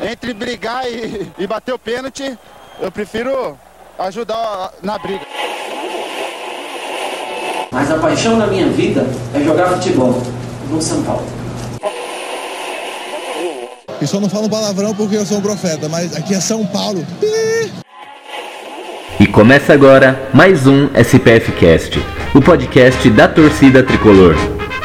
entre brigar e bater o pênalti, eu prefiro ajudar na briga. Mas a paixão da minha vida é jogar futebol no São Paulo. Eu só não falo palavrão porque eu sou um profeta, mas aqui é São Paulo. E começa agora mais um SPF Cast, o podcast da torcida tricolor.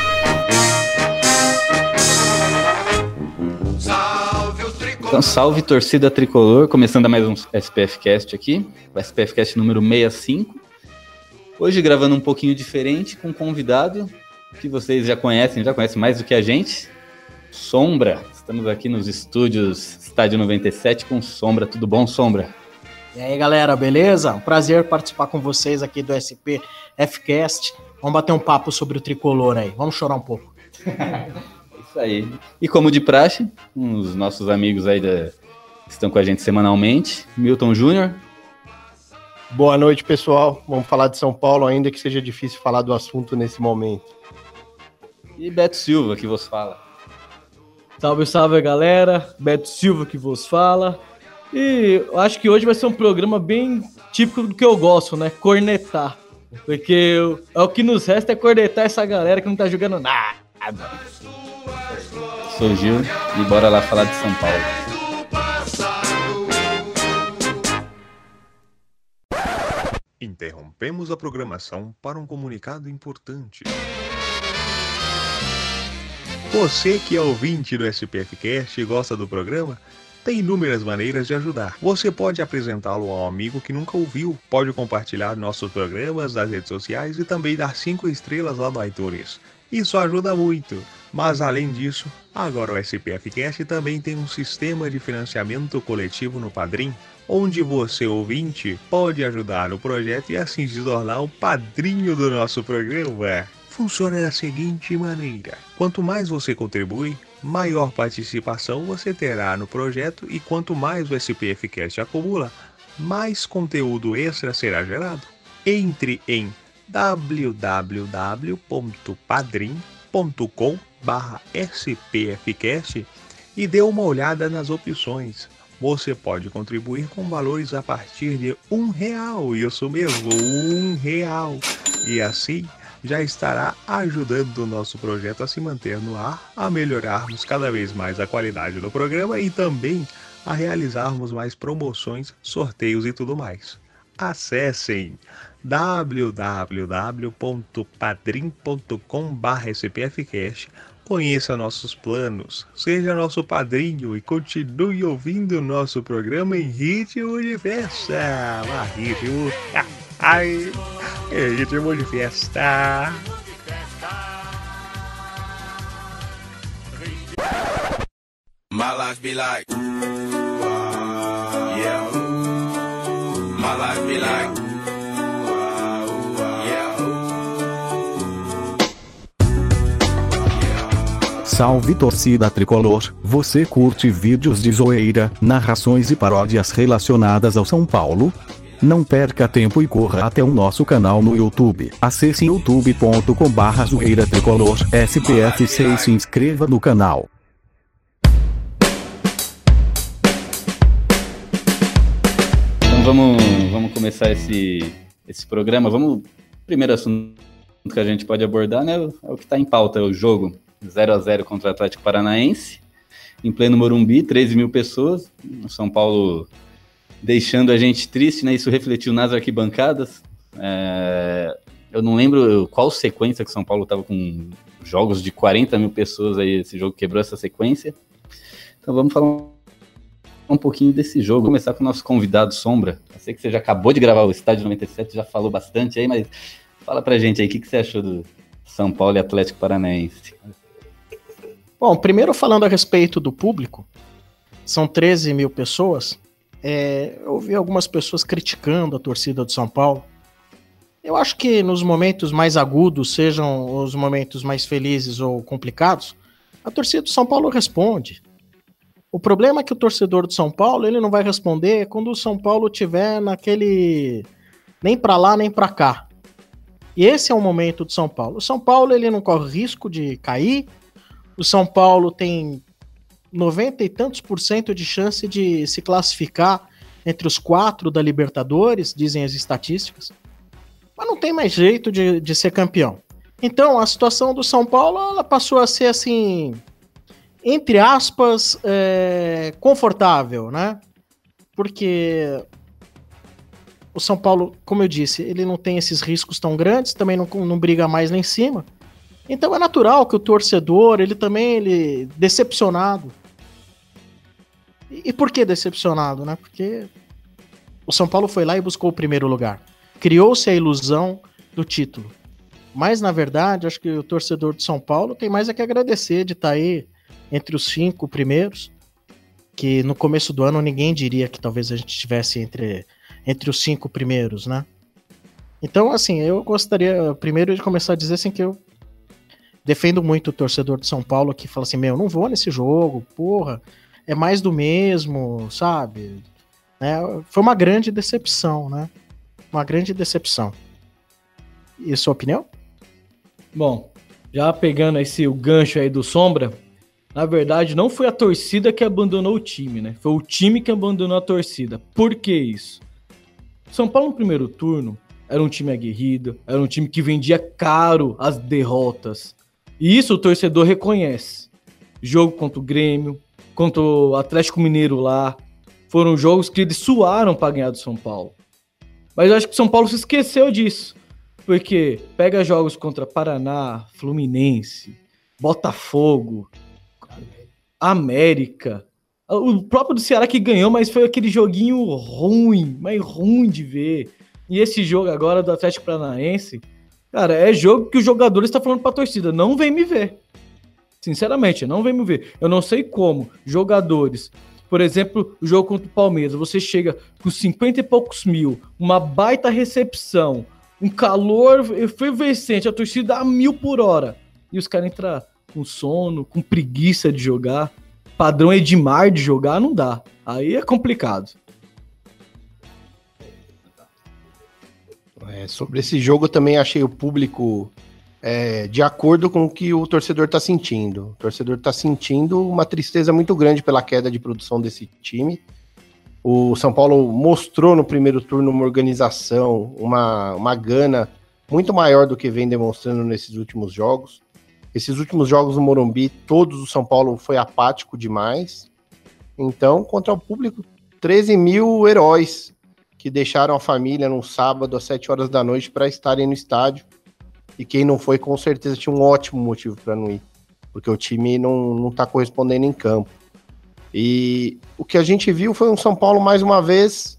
Então, salve torcida tricolor, começando mais um SPF Cast aqui, o SPF Cast número 65. Hoje gravando um pouquinho diferente, com um convidado que vocês já conhecem mais do que a gente, Sombra. Estamos aqui nos estúdios Estádio 97 com Sombra. Tudo bom, Sombra? E aí, galera, beleza? Um prazer participar com vocês aqui do SPF Cast. Vamos bater um papo sobre o tricolor aí, vamos chorar um pouco. Isso aí. E como de praxe, os nossos amigos aí que estão com a gente semanalmente, Milton Júnior. Boa noite, pessoal. Vamos falar de São Paulo, ainda que seja difícil falar do assunto nesse momento. E Beto Silva, que vos fala. Salve, salve, galera. Beto Silva que vos fala. E eu acho que hoje vai ser um programa bem típico do que eu gosto, né? Cornetar. Porque o que nos resta é cornetar essa galera que não tá jogando nada. Sou o Gil e bora lá falar de São Paulo. Interrompemos a programação para um comunicado importante. Você que é ouvinte do SPF Cast e gosta do programa, tem inúmeras maneiras de ajudar. Você pode apresentá-lo a um amigo que nunca ouviu, pode compartilhar nossos programas nas redes sociais e também dar 5 estrelas lá no iTunes. Isso ajuda muito. Mas além disso, agora o SPF Cast também tem um sistema de financiamento coletivo no Padrim, onde você, ouvinte, pode ajudar o projeto e assim se tornar um padrinho do nosso programa. Funciona da seguinte maneira: quanto mais você contribui, maior participação você terá no projeto, e quanto mais o SPF Cast acumula, mais conteúdo extra será gerado. Entre em www.padrim.com/spfcast e dê uma olhada nas opções. Você pode contribuir com valores a partir de R$1, isso mesmo, R$1. E assim já estará ajudando o nosso projeto a se manter no ar, a melhorarmos cada vez mais a qualidade do programa e também a realizarmos mais promoções, sorteios e tudo mais. Acessem www.padrim.com/spfcast, conheça nossos planos, seja nosso padrinho e continue ouvindo o nosso programa em ritmo de festa. Ritmo de festa. My life be like, yeah. My life be like, Salve torcida tricolor, você curte vídeos de zoeira, narrações e paródias relacionadas ao São Paulo? Não perca tempo e corra até o nosso canal no YouTube. Acesse youtube.com/zoeiratricolor SPF6 e se inscreva no canal. Então vamos começar esse programa. O primeiro assunto que a gente pode abordar, né, é o que está em pauta, é o jogo 0-0 contra o Atlético Paranaense, em pleno Morumbi, 13 mil pessoas, o São Paulo deixando a gente triste, né? Isso refletiu nas arquibancadas. Eu não lembro qual sequência que o São Paulo estava com jogos de 40 mil pessoas aí, esse jogo quebrou essa sequência. Então vamos falar um pouquinho desse jogo. Vou começar com o nosso convidado Sombra. Eu sei que você já acabou de gravar o Estádio 97, já falou bastante aí, mas fala pra gente aí, o que você achou do São Paulo e Atlético Paranaense? Bom, primeiro falando a respeito do público, são 13 mil pessoas. Eu ouvi algumas pessoas criticando a torcida do São Paulo. Eu acho que nos momentos mais agudos, sejam os momentos mais felizes ou complicados, a torcida do São Paulo responde. O problema é que o torcedor do São Paulo, ele não vai responder quando o São Paulo tiver naquele nem pra lá nem pra cá. E esse é o momento do São Paulo. O São Paulo, ele não corre risco de cair. O São Paulo tem 90 e tantos % de chance de se classificar entre os 4 da Libertadores, dizem as estatísticas. Mas não tem mais jeito de ser campeão. Então, a situação do São Paulo, ela passou a ser assim, entre aspas, confortável, né? Porque o São Paulo, como eu disse, ele não tem esses riscos tão grandes, também não briga mais lá em cima. Então é natural que o torcedor, ele decepcionado. E por que decepcionado, né? Porque o São Paulo foi lá e buscou o primeiro lugar. Criou-se a ilusão do título. Mas, na verdade, acho que o torcedor de São Paulo tem mais a que agradecer de estar aí entre os 5 primeiros, que no começo do ano ninguém diria que talvez a gente estivesse entre os 5 primeiros, né? Então, assim, eu gostaria primeiro de começar a dizer assim que eu defendo muito o torcedor de São Paulo que fala assim, não vou nesse jogo, porra, é mais do mesmo, sabe? Foi uma grande decepção, né? Uma grande decepção. E a sua opinião? Bom, já pegando o gancho aí do Sombra, na verdade não foi a torcida que abandonou o time, né? Foi o time que abandonou a torcida. Por que isso? São Paulo no primeiro turno era um time aguerrido, era um time que vendia caro as derrotas. E isso o torcedor reconhece. Jogo contra o Grêmio, contra o Atlético Mineiro lá, foram jogos que eles suaram para ganhar do São Paulo. Mas eu acho que o São Paulo se esqueceu disso. Porque pega jogos contra Paraná, Fluminense, Botafogo, América. O próprio do Ceará que ganhou, mas foi aquele joguinho ruim, mas ruim de ver. E esse jogo agora do Atlético Paranaense, cara, é jogo que os jogadores estão falando pra torcida, não vem me ver. Sinceramente, não vem me ver. Eu não sei como jogadores... Por exemplo, o jogo contra o Palmeiras, você chega com 50 e poucos mil, uma baita recepção, um calor efervescente, a torcida a 1000 por hora. E os caras entram com sono, com preguiça de jogar, padrão Edmar de jogar, não dá. Aí é complicado. Sobre esse jogo eu também achei o público de acordo com o que o torcedor está sentindo. O torcedor está sentindo uma tristeza muito grande pela queda de produção desse time. O São Paulo mostrou no primeiro turno uma organização, uma gana muito maior do que vem demonstrando nesses últimos jogos. Esses últimos jogos no Morumbi, todos o São Paulo foi apático demais. Então, contra o público, 13 mil heróis que deixaram a família num sábado às 7 horas da noite para estarem no estádio. E quem não foi, com certeza, tinha um ótimo motivo para não ir. Porque o time não está correspondendo em campo. E o que a gente viu foi um São Paulo, mais uma vez,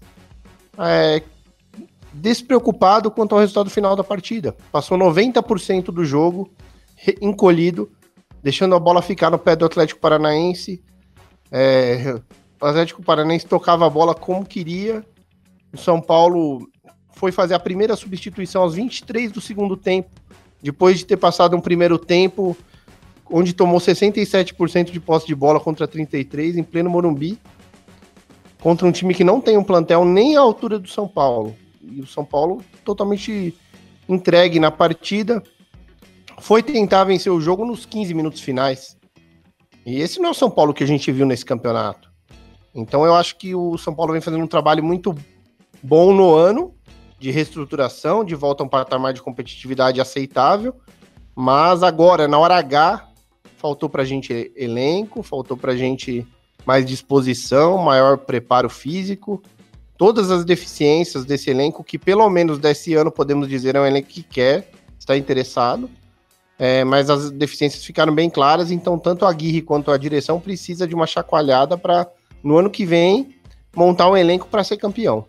despreocupado quanto ao resultado final da partida. Passou 90% do jogo encolhido, deixando a bola ficar no pé do Atlético Paranaense. O Atlético Paranaense tocava a bola como queria. O São Paulo foi fazer a primeira substituição aos 23 do segundo tempo, depois de ter passado um primeiro tempo onde tomou 67% de posse de bola contra 33%, em pleno Morumbi, contra um time que não tem um plantel nem à altura do São Paulo. E o São Paulo totalmente entregue na partida, foi tentar vencer o jogo nos 15 minutos finais. E esse não é o São Paulo que a gente viu nesse campeonato. Então eu acho que o São Paulo vem fazendo um trabalho muito bom no ano, de reestruturação, de volta a um patamar de competitividade aceitável, mas agora, na hora H, faltou pra gente elenco, faltou pra gente mais disposição, maior preparo físico, todas as deficiências desse elenco, que pelo menos desse ano podemos dizer é um elenco que quer, está interessado, mas as deficiências ficaram bem claras, então tanto a Aguirre quanto a direção precisa de uma chacoalhada para, no ano que vem, montar um elenco para ser campeão.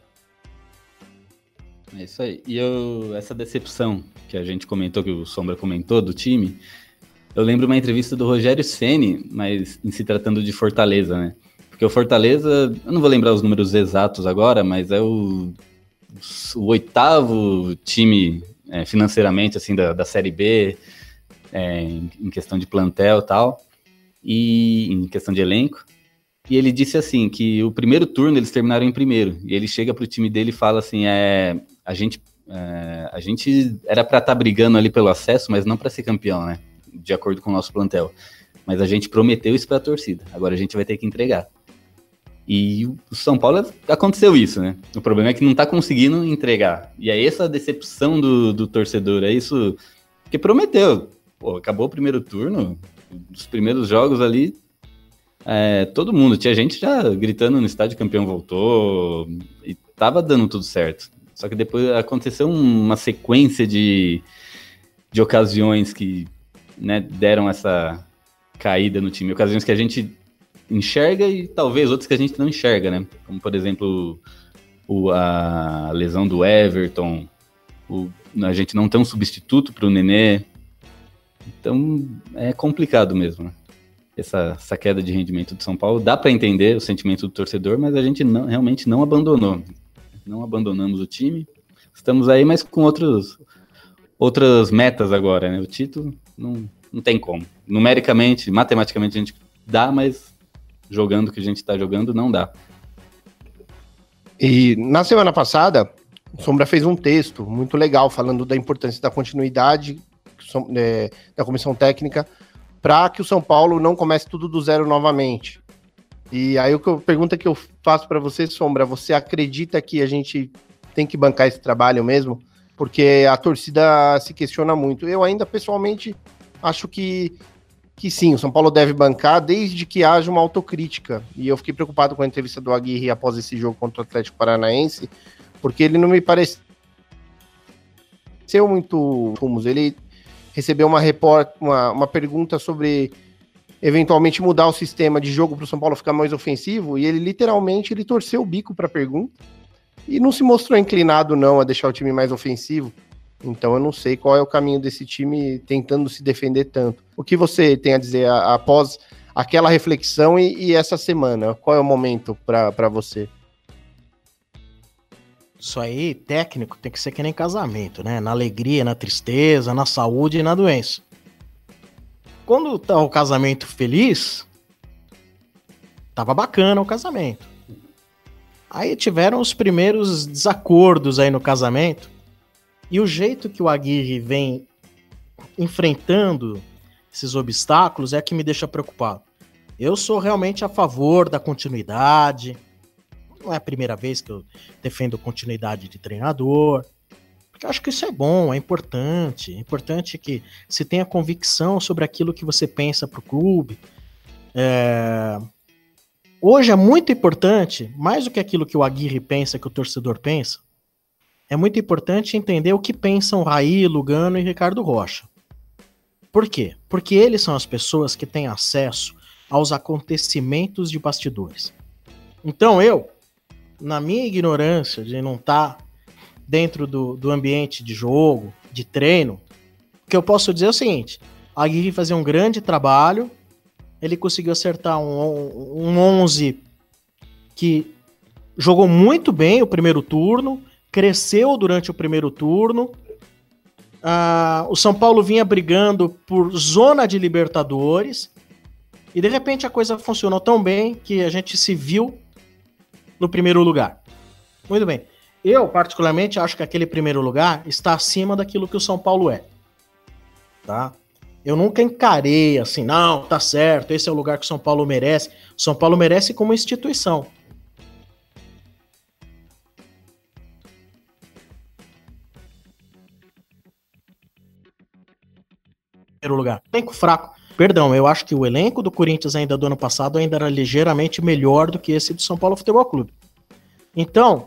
É isso aí. E essa decepção que a gente comentou, que o Sombra comentou do time, eu lembro uma entrevista do Rogério Ceni, mas em se tratando de Fortaleza, né? Porque o Fortaleza, eu não vou lembrar os números exatos agora, mas é o 8º time financeiramente assim, da Série B, em questão de plantel e tal, e em questão de elenco. E ele disse assim, que o primeiro turno eles terminaram em primeiro, e ele chega pro time dele e fala assim, a gente era para estar brigando ali pelo acesso, mas não para ser campeão, né? De acordo com o nosso plantel. Mas a gente prometeu isso para a torcida. Agora a gente vai ter que entregar. E o São Paulo aconteceu isso, né? O problema é que não tá conseguindo entregar. E é essa a decepção do torcedor. É isso que prometeu. Pô, acabou o primeiro turno, os primeiros jogos ali, todo mundo, tinha gente já gritando no estádio, campeão voltou, e tava dando tudo certo. Só que depois aconteceu uma sequência de ocasiões que, né, deram essa caída no time. Ocasiões que a gente enxerga e talvez outras que a gente não enxerga, né? Como, por exemplo, a lesão do Everton, a gente não tem um substituto para o Nenê. Então, é complicado mesmo, né? Essa queda de rendimento do São Paulo. Dá para entender o sentimento do torcedor, mas a gente realmente não abandonou. Não abandonamos o time. Estamos aí, mas com outras metas agora, né? O título não tem como. Numericamente, matematicamente a gente dá, mas jogando o que a gente está jogando, não dá. E na semana passada, o Sombra fez um texto muito legal falando da importância da continuidade da comissão técnica para que o São Paulo não comece tudo do zero novamente. E aí a pergunta que eu faço para você, Sombra, você acredita que a gente tem que bancar esse trabalho mesmo? Porque a torcida se questiona muito. Eu ainda, pessoalmente, acho que sim, o São Paulo deve bancar desde que haja uma autocrítica. E eu fiquei preocupado com a entrevista do Aguirre após esse jogo contra o Atlético Paranaense, porque ele não me pareceu muito rumos. Ele recebeu uma pergunta sobre eventualmente mudar o sistema de jogo para o São Paulo ficar mais ofensivo, e ele literalmente torceu o bico para a pergunta e não se mostrou inclinado não a deixar o time mais ofensivo. Então eu não sei qual é o caminho desse time tentando se defender tanto. O que você tem a dizer após aquela reflexão e essa semana? Qual é o momento para você? Isso aí, técnico, tem que ser que nem casamento, né? Na alegria, na tristeza, na saúde e na doença. Quando tá o casamento feliz, tava bacana o casamento. Aí tiveram os primeiros desacordos aí no casamento. E o jeito que o Aguirre vem enfrentando esses obstáculos é que me deixa preocupado. Eu sou realmente a favor da continuidade. Não é a primeira vez que eu defendo continuidade de treinador. Porque eu acho que isso é bom, é importante. É importante que se tenha convicção sobre aquilo que você pensa para o clube. Hoje é muito importante, mais do que aquilo que o Aguirre pensa, que o torcedor pensa, é muito importante entender o que pensam Raí, Lugano e Ricardo Rocha. Por quê? Porque eles são as pessoas que têm acesso aos acontecimentos de bastidores. Então eu, na minha ignorância de não estar dentro do ambiente de jogo, de treino, o que eu posso dizer é o seguinte: a Aguirre fazia um grande trabalho, ele conseguiu acertar um 11 que jogou muito bem o primeiro turno, cresceu durante o primeiro turno. O São Paulo vinha brigando por zona de Libertadores e de repente a coisa funcionou tão bem que a gente se viu no primeiro lugar. Muito bem. Eu, particularmente, acho que aquele primeiro lugar está acima daquilo que o São Paulo é. Tá? Eu nunca encarei assim, não, tá certo, esse é o lugar que o São Paulo merece. O São Paulo merece como instituição. Primeiro lugar. Elenco fraco. Perdão, eu acho que o elenco do Corinthians ainda do ano passado ainda era ligeiramente melhor do que esse do São Paulo Futebol Clube. Então,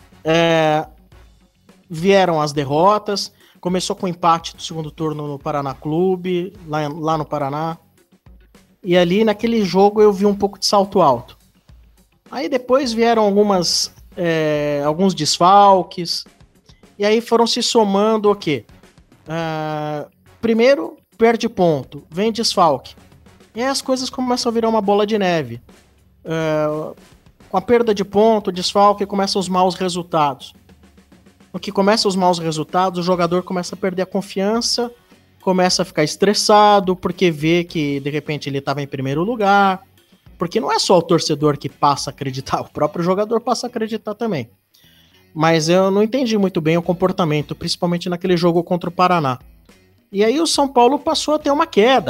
vieram as derrotas, começou com o empate do segundo turno no Paraná Clube, lá no Paraná, e ali naquele jogo eu vi um pouco de salto alto. Aí depois vieram alguns desfalques, e aí foram se somando o quê? Primeiro, perde ponto, vem desfalque. E aí as coisas começam a virar uma bola de neve. Com a perda de ponto, desfalque, começam os maus resultados. No que começam os maus resultados, o jogador começa a perder a confiança, começa a ficar estressado, porque vê que de repente ele estava em primeiro lugar. Porque não é só o torcedor que passa a acreditar, o próprio jogador passa a acreditar também. Mas eu não entendi muito bem o comportamento, principalmente naquele jogo contra o Paraná. E aí o São Paulo passou a ter uma queda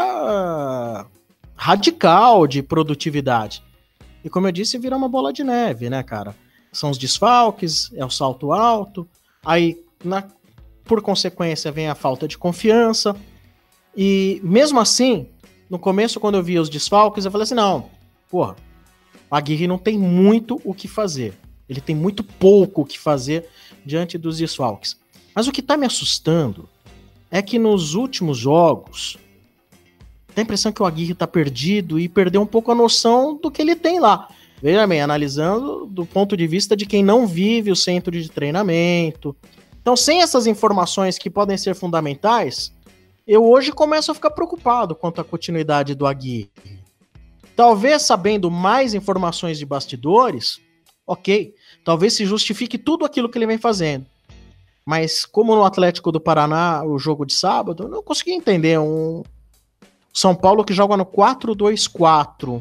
radical de produtividade. E como eu disse, vira uma bola de neve, né, cara? São os desfalques, é o salto alto, aí, por consequência, vem a falta de confiança. E mesmo assim, no começo, quando eu via os desfalques, eu falei assim, não, porra, o Aguirre não tem muito o que fazer. Ele tem muito pouco o que fazer diante dos desfalques. Mas o que tá me assustando é que nos últimos jogos, dá a impressão que o Aguirre tá perdido e perdeu um pouco a noção do que ele tem lá. Veja bem, analisando do ponto de vista de quem não vive o centro de treinamento. Então, sem essas informações que podem ser fundamentais, eu hoje começo a ficar preocupado quanto à continuidade do Aguirre. Talvez sabendo mais informações de bastidores, ok, talvez se justifique tudo aquilo que ele vem fazendo. Mas como no Atlético do Paraná, o jogo de sábado, eu não consegui entender um São Paulo que joga no 4-2-4.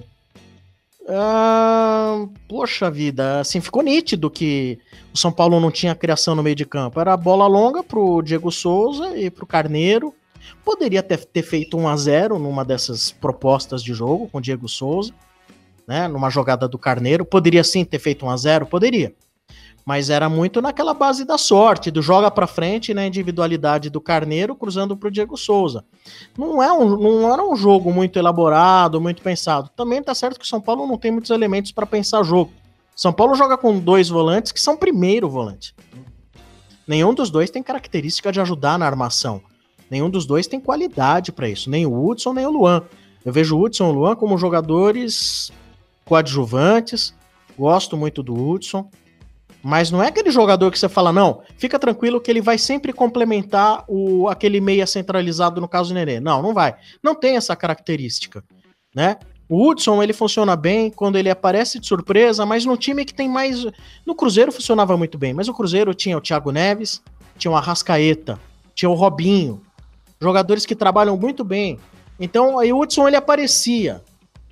Poxa vida, assim, ficou nítido que o São Paulo não tinha criação no meio de campo. Era bola longa pro Diego Souza e pro Carneiro. Poderia ter feito 1-0 numa dessas propostas de jogo com o Diego Souza, né? Numa jogada do Carneiro. Poderia sim ter feito 1-0? Poderia. Mas era muito naquela base da sorte, do joga pra frente, na individualidade do Carneiro, cruzando pro Diego Souza. Não era um jogo muito elaborado, muito pensado. Também tá certo que o São Paulo não tem muitos elementos para pensar jogo. São Paulo joga com 2 volantes que são primeiro volante. Nenhum dos dois tem característica de ajudar na armação. Nenhum dos dois tem qualidade para isso. Nem o Hudson, nem o Luan. Eu vejo o Hudson e o Luan como jogadores coadjuvantes. Gosto muito do Hudson. Mas não é aquele jogador que você fala, não, fica tranquilo que ele vai sempre complementar aquele meia centralizado, no caso do Nenê. Não vai. Não tem essa característica, né? O Hudson, ele funciona bem quando ele aparece de surpresa, mas num time que tem mais... No Cruzeiro funcionava muito bem, mas o Cruzeiro tinha o Thiago Neves, tinha o Arrascaeta, tinha o Robinho, jogadores que trabalham muito bem. Então, aí o Hudson, ele aparecia,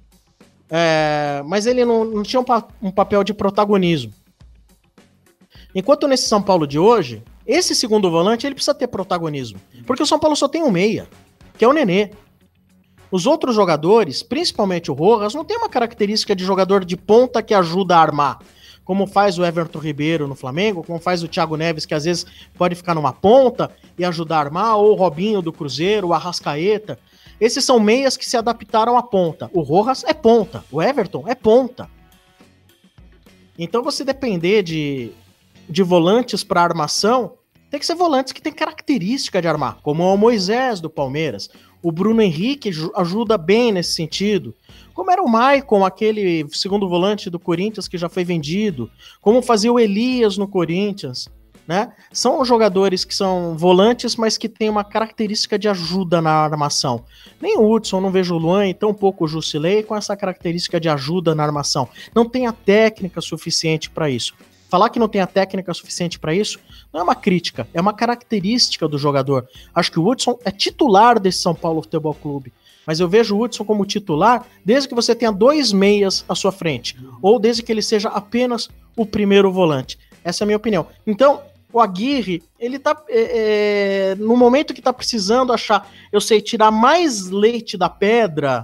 mas ele não tinha um papel de protagonismo. Enquanto nesse São Paulo de hoje, esse segundo volante ele precisa ter protagonismo. Porque o São Paulo só tem um meia, que é o Nenê. Os outros jogadores, principalmente o Rojas, não tem uma característica de jogador de ponta que ajuda a armar. Como faz o Everton Ribeiro no Flamengo, como faz o Thiago Neves, que às vezes pode ficar numa ponta e ajudar a armar, ou o Robinho do Cruzeiro, o Arrascaeta. Esses são meias que se adaptaram à ponta. O Rojas é ponta, o Everton é ponta. Então você depender de volantes para armação, tem que ser volantes que têm característica de armar, como o Moisés do Palmeiras. O Bruno Henrique ajuda bem nesse sentido. Como era o Maicon, aquele segundo volante do Corinthians que já foi vendido. Como fazia o Elias no Corinthians, né? São jogadores que são volantes, mas que têm uma característica de ajuda na armação. Nem o Hudson, não vejo o Luan e tão pouco o Jusilei com essa característica de ajuda na armação. Não tem a técnica suficiente para isso. Falar que não tem a técnica suficiente para isso não é uma crítica, é uma característica do jogador. Acho que o Hudson é titular desse São Paulo Futebol Clube, mas eu vejo o Hudson como titular desde que você tenha 2 meias à sua frente, ou desde que ele seja apenas o primeiro volante. Essa é a minha opinião. Então, o Aguirre, ele tá no momento que tá precisando achar, eu sei, tirar mais leite da pedra,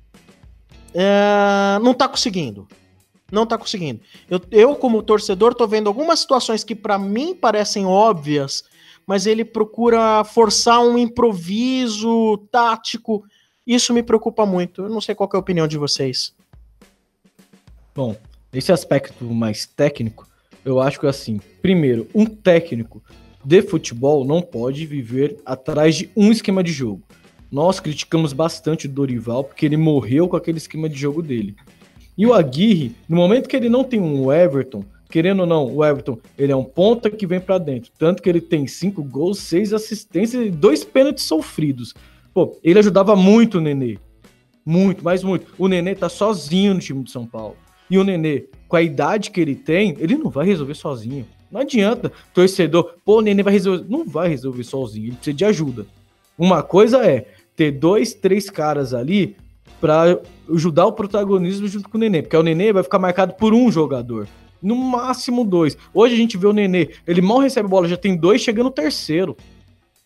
não tá conseguindo. Não tá conseguindo. Eu, como torcedor, tô vendo algumas situações que para mim parecem óbvias, mas ele procura forçar um improviso tático. Isso me preocupa muito. Eu não sei qual que é a opinião de vocês. Bom, esse aspecto mais técnico, eu acho que assim, primeiro, um técnico de futebol não pode viver atrás de um esquema de jogo. Nós criticamos bastante o Dorival porque ele morreu com aquele esquema de jogo dele. E o Aguirre, no momento que ele não tem um Everton, querendo ou não, o Everton, ele é um ponta que vem pra dentro. Tanto que ele tem 5 gols, 6 assistências e 2 pênaltis sofridos. Pô, ele ajudava muito o Nenê. Muito, mas muito. O Nenê tá sozinho no time de São Paulo. E o Nenê, com a idade que ele tem, ele não vai resolver sozinho. Não adianta. Torcedor, pô, o Nenê vai resolver. Não vai resolver sozinho, ele precisa de ajuda. Uma coisa é ter 2, 3 caras ali para ajudar o protagonismo junto com o Nenê, porque o Nenê vai ficar marcado por um jogador, no máximo 2. Hoje a gente vê o Nenê, ele mal recebe bola, já tem 2 chegando o terceiro.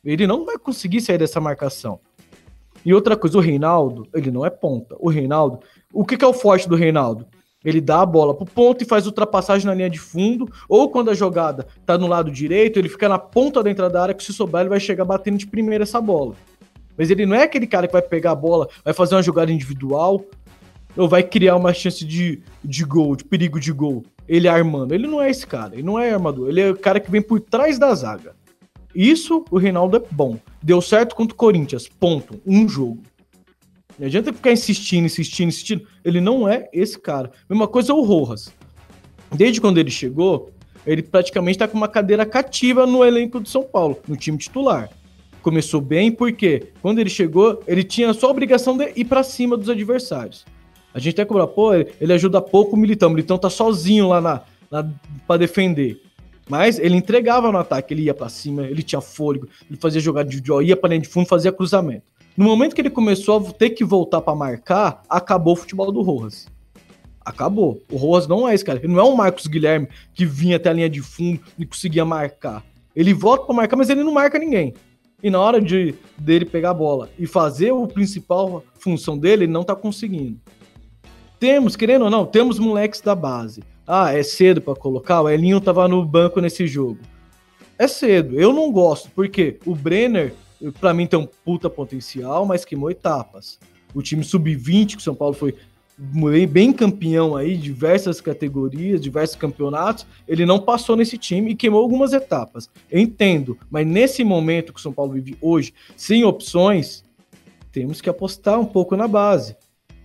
Ele não vai conseguir sair dessa marcação. E outra coisa, o Reinaldo, ele não é ponta. O Reinaldo, o que é o forte do Reinaldo? Ele dá a bola pro ponto e faz ultrapassagem na linha de fundo, ou quando a jogada tá no lado direito, ele fica na ponta da entrada da área, que se sobrar ele vai chegar batendo de primeira essa bola. Mas ele não é aquele cara que vai pegar a bola, vai fazer uma jogada individual, ou vai criar uma chance de gol, de perigo de gol. Ele armando. Ele não é esse cara, ele não é armador. Ele é o cara que vem por trás da zaga. Isso, o Reinaldo é bom. Deu certo contra o Corinthians, ponto. Um jogo. Não adianta ficar insistindo. Ele não é esse cara. Mesma coisa o Rojas. Desde quando ele chegou, ele praticamente tá com uma cadeira cativa no elenco do São Paulo, no time titular. Começou bem porque quando ele chegou, ele tinha só a obrigação de ir pra cima dos adversários. A gente até cobra, pô, ele ajuda pouco o Militão. O Militão tá sozinho lá pra defender. Mas ele entregava no ataque, ele ia pra cima, ele tinha fôlego, ele fazia jogada individual, ia pra linha de fundo, fazia cruzamento. No momento que ele começou a ter que voltar pra marcar, acabou o futebol do Rojas. Acabou. O Rojas não é esse cara. Ele não é um Marcos Guilherme que vinha até a linha de fundo e conseguia marcar. Ele volta pra marcar, mas ele não marca ninguém. E na hora dele pegar a bola e fazer a principal função dele, ele não tá conseguindo. Temos, querendo ou não, temos moleques da base. Ah, é cedo pra colocar? O Elinho tava no banco nesse jogo. É cedo. Eu não gosto, porque o Brenner, pra mim, tem um puta potencial, mas queimou etapas. O time sub-20, que o São Paulo foi bem campeão aí, diversas categorias, diversos campeonatos, ele não passou nesse time e queimou algumas etapas. Eu entendo, mas nesse momento que o São Paulo vive hoje, sem opções, temos que apostar um pouco na base.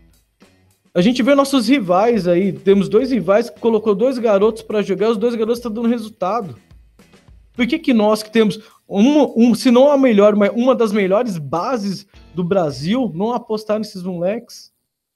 A gente vê nossos rivais aí, temos 2 rivais que colocou 2 garotos para jogar, os 2 garotos estão dando resultado. Por que nós que temos, se não a melhor, mas uma das melhores bases do Brasil, não apostar nesses moleques?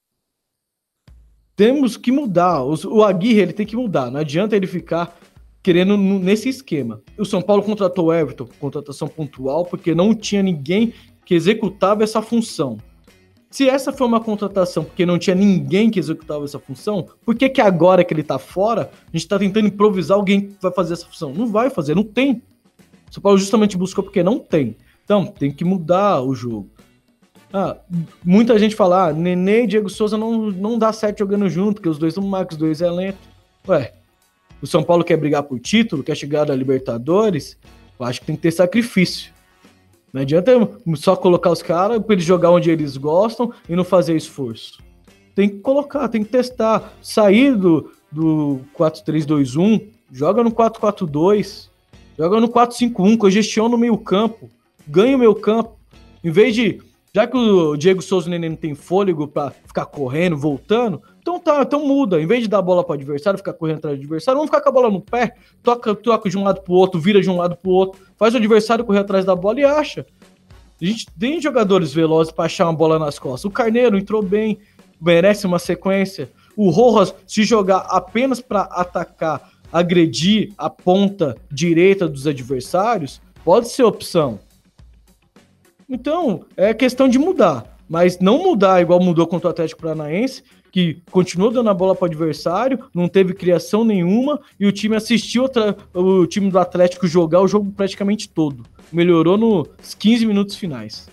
Temos que mudar. O Aguirre, ele tem que mudar. Não adianta ele ficar querendo nesse esquema. O São Paulo contratou o Everton, contratação pontual, porque não tinha ninguém que executava essa função. Se essa foi uma contratação porque não tinha ninguém que executava essa função, por que agora que ele tá fora, a gente tá tentando improvisar alguém que vai fazer essa função? Não vai fazer, não tem. O São Paulo justamente buscou porque não tem. Então, tem que mudar o jogo. Muita gente fala, Nenê e Diego Souza não dá certo jogando junto, porque os dois são magros, os dois é lento. Ué, o São Paulo quer brigar por título, quer chegar na Libertadores, eu acho que tem que ter sacrifício. Não adianta só colocar os caras para eles jogar onde eles gostam e não fazer esforço. Tem que colocar, tem que testar. Sair do 4-3-2-1, joga no 4-4-2, joga no 4-5-1, congestiona o meio campo, ganha o meio campo. Em vez de... Já que o Diego Souza e o Nenê não tem fôlego para ficar correndo, voltando, então muda. Em vez de dar a bola para o adversário, ficar correndo atrás do adversário, vamos ficar com a bola no pé, toca de um lado pro outro, vira de um lado pro outro, faz o adversário correr atrás da bola e acha. A gente tem jogadores velozes para achar uma bola nas costas. O Carneiro entrou bem, merece uma sequência. O Rojas, se jogar apenas para atacar, agredir a ponta direita dos adversários, pode ser opção. Então, é questão de mudar, mas não mudar igual mudou contra o Atlético Paranaense, que continuou dando a bola para o adversário, não teve criação nenhuma, e o time assistiu o time do Atlético jogar o jogo praticamente todo. Melhorou nos 15 minutos finais.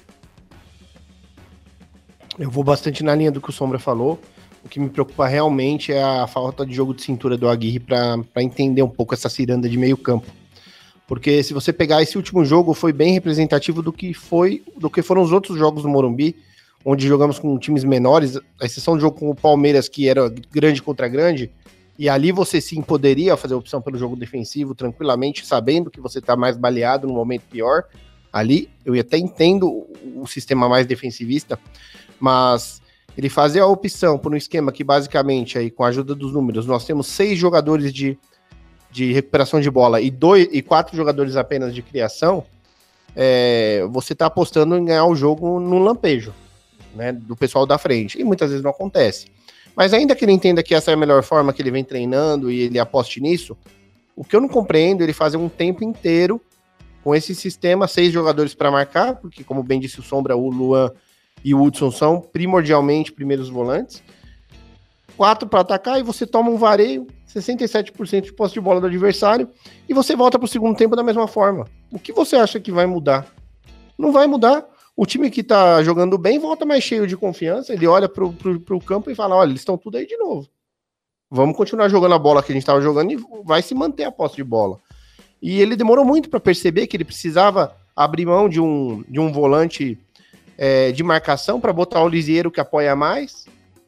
Eu vou bastante na linha do que o Sombra falou. O que me preocupa realmente é a falta de jogo de cintura do Aguirre para entender um pouco essa ciranda de meio campo. Porque se você pegar esse último jogo, foi bem representativo do que foram os outros jogos do Morumbi, onde jogamos com times menores, a exceção do jogo com o Palmeiras, que era grande contra grande, e ali você sim poderia fazer opção pelo jogo defensivo tranquilamente, sabendo que você está mais baleado no momento pior. Ali, eu até entendo o sistema mais defensivista, mas ele fazia a opção por um esquema que basicamente, aí, com a ajuda dos números, nós temos 6 jogadores de recuperação de bola e 4 jogadores apenas de criação, você está apostando em ganhar o jogo no lampejo, né, do pessoal da frente, e muitas vezes não acontece. Mas ainda que ele entenda que essa é a melhor forma, que ele vem treinando e ele aposte nisso, o que eu não compreendo é ele fazer um tempo inteiro com esse sistema, 6 jogadores para marcar, porque como bem disse o Sombra, o Luan e o Hudson são primordialmente primeiros volantes, 4 para atacar e você toma um vareio, 67% de posse de bola do adversário, e você volta para o segundo tempo da mesma forma. O que você acha que vai mudar Não vai mudar. O time que tá jogando bem volta mais cheio de confiança, ele olha pro campo e fala, olha, eles estão tudo aí de novo. Vamos continuar jogando a bola que a gente estava jogando e vai se manter a posse de bola. E ele demorou muito para perceber que ele precisava abrir mão de um volante de marcação para botar o Lisieiro que apoia mais.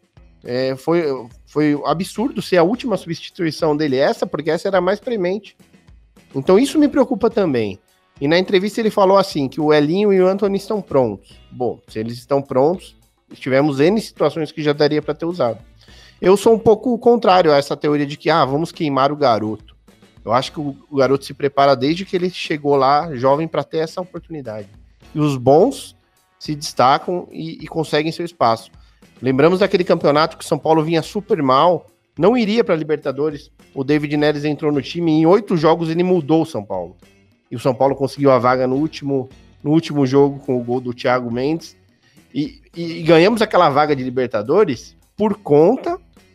Foi absurdo ser a última substituição dele porque essa era a mais premente. Então isso me preocupa também. E na entrevista ele falou assim, que o Elinho e o Antony estão prontos. Bom, se eles estão prontos, tivemos N situações que já daria para ter usado. Eu sou um pouco contrário a essa teoria de que, vamos queimar o garoto. Eu acho que o garoto se prepara desde que ele chegou lá, jovem, para ter essa oportunidade. E os bons se destacam e conseguem seu espaço. Lembramos daquele campeonato que o São Paulo vinha super mal, não iria para a Libertadores. O David Neres entrou no time e em 8 jogos ele mudou o São Paulo. E o São Paulo conseguiu a vaga no último jogo com o gol do Thiago Mendes. E ganhamos aquela vaga de Libertadores por conta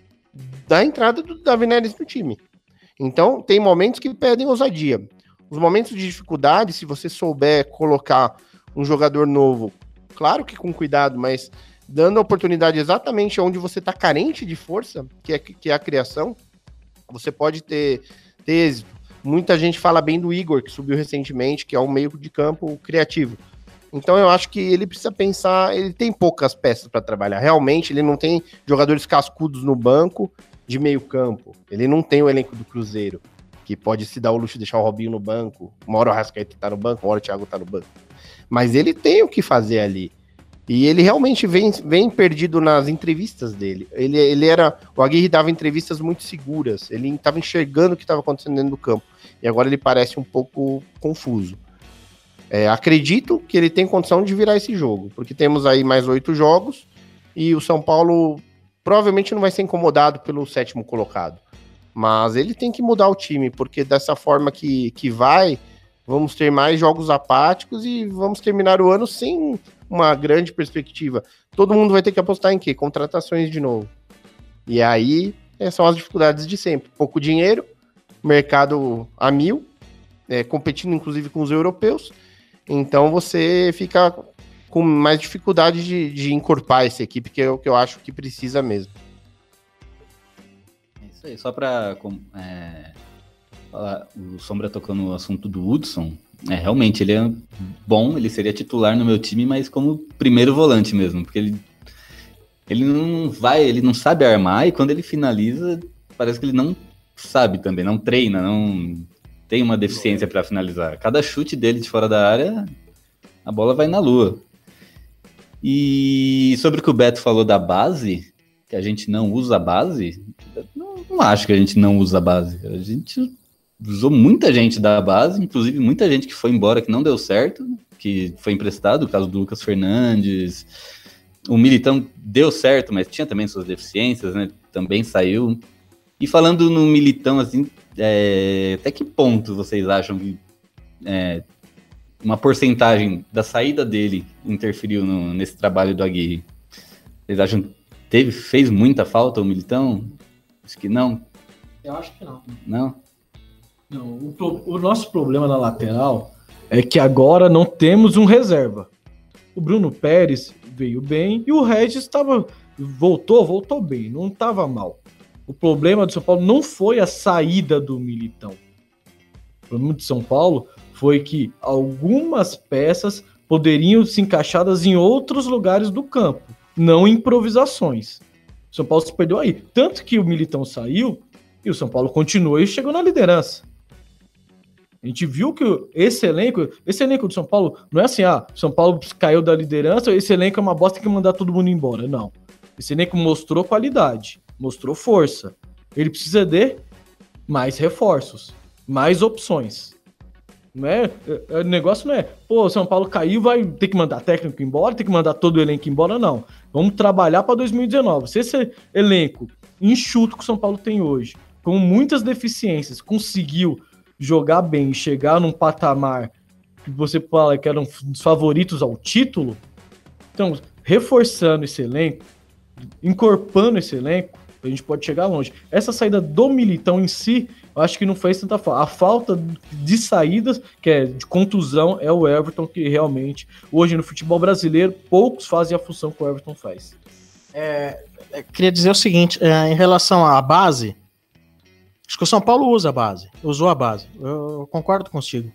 da entrada do David Neres no time. Então, tem momentos que pedem ousadia. Os momentos de dificuldade, se você souber colocar um jogador novo, claro que com cuidado, mas dando a oportunidade exatamente onde você está carente de força, que é a criação, você pode ter êxito. Muita gente fala bem do Igor, que subiu recentemente, que é um meio de campo criativo. Então eu acho que ele precisa pensar, ele tem poucas peças para trabalhar. Realmente, ele não tem jogadores cascudos no banco de meio campo. Ele não tem o elenco do Cruzeiro, que pode se dar o luxo de deixar o Robinho no banco. Uma hora o Arrascaeta tá no banco, uma hora o Thiago tá no banco. Mas ele tem o que fazer ali. E ele realmente vem perdido nas entrevistas dele. O Aguirre dava entrevistas muito seguras. Ele estava enxergando o que estava acontecendo dentro do campo. E agora ele parece um pouco confuso. Acredito que ele tem condição de virar esse jogo, porque temos aí mais 8 jogos e o São Paulo provavelmente não vai ser incomodado pelo 7º colocado. Mas ele tem que mudar o time, porque dessa forma que vai, vamos ter mais jogos apáticos e vamos terminar o ano sem uma grande perspectiva. Todo mundo vai ter que apostar em quê? Contratações de novo. E aí são as dificuldades de sempre. Pouco dinheiro, mercado a 1000, competindo inclusive com os europeus. Então você fica com mais dificuldade de encorpar essa equipe, que é o que eu acho que precisa mesmo. É isso aí, só para falar, o Sombra tocou no assunto do Hudson. Realmente, ele é bom, ele seria titular no meu time, mas como primeiro volante mesmo, porque ele não sabe armar, e quando ele finaliza, parece que ele não sabe também, não treina, não tem uma deficiência para finalizar. Cada chute dele de fora da área, a bola vai na lua. E sobre o que o Beto falou da base, que a gente não usa a base, não acho que a gente não usa a base. A gente usou muita gente da base, inclusive muita gente que foi embora, que não deu certo, que foi emprestado, o caso do Lucas Fernandes. O Militão deu certo, mas tinha também suas deficiências, né? Também saiu. E falando no Militão, assim, até que ponto vocês acham que uma porcentagem da saída dele interferiu nesse trabalho do Aguirre? Vocês acham que fez muita falta o Militão? Acho que não. Eu acho que não. Não? Não, o nosso problema na lateral é que agora não temos um reserva. O Bruno Pérez veio bem e o Regis voltou bem, não estava mal. O problema do São Paulo não foi a saída do Militão. O problema do São Paulo foi que algumas peças poderiam ser encaixadas em outros lugares do campo, não improvisações. O São Paulo se perdeu aí. Tanto que o Militão saiu e o São Paulo continuou e chegou na liderança. A gente viu que esse elenco do São Paulo não é assim, o São Paulo caiu da liderança, esse elenco é uma bosta, tem que mandar todo mundo embora. Não. Esse elenco mostrou qualidade, mostrou força. Ele precisa de mais reforços, mais opções. Não é, o negócio não é, o São Paulo caiu, vai ter que mandar técnico embora, tem que mandar todo o elenco embora, não. Vamos trabalhar para 2019. Se esse elenco enxuto que o São Paulo tem hoje, com muitas deficiências, conseguiu jogar bem e chegar num patamar que você fala que eram os favoritos ao título, então, reforçando esse elenco, encorpando esse elenco, a gente pode chegar longe. Essa saída do Militão em si, eu acho que não fez tanta falta. A falta de saídas, que é de contusão, é o Everton, que realmente, hoje no futebol brasileiro, poucos fazem a função que o Everton faz. Queria dizer o seguinte, em relação à base, acho que o São Paulo usou a base, eu concordo contigo.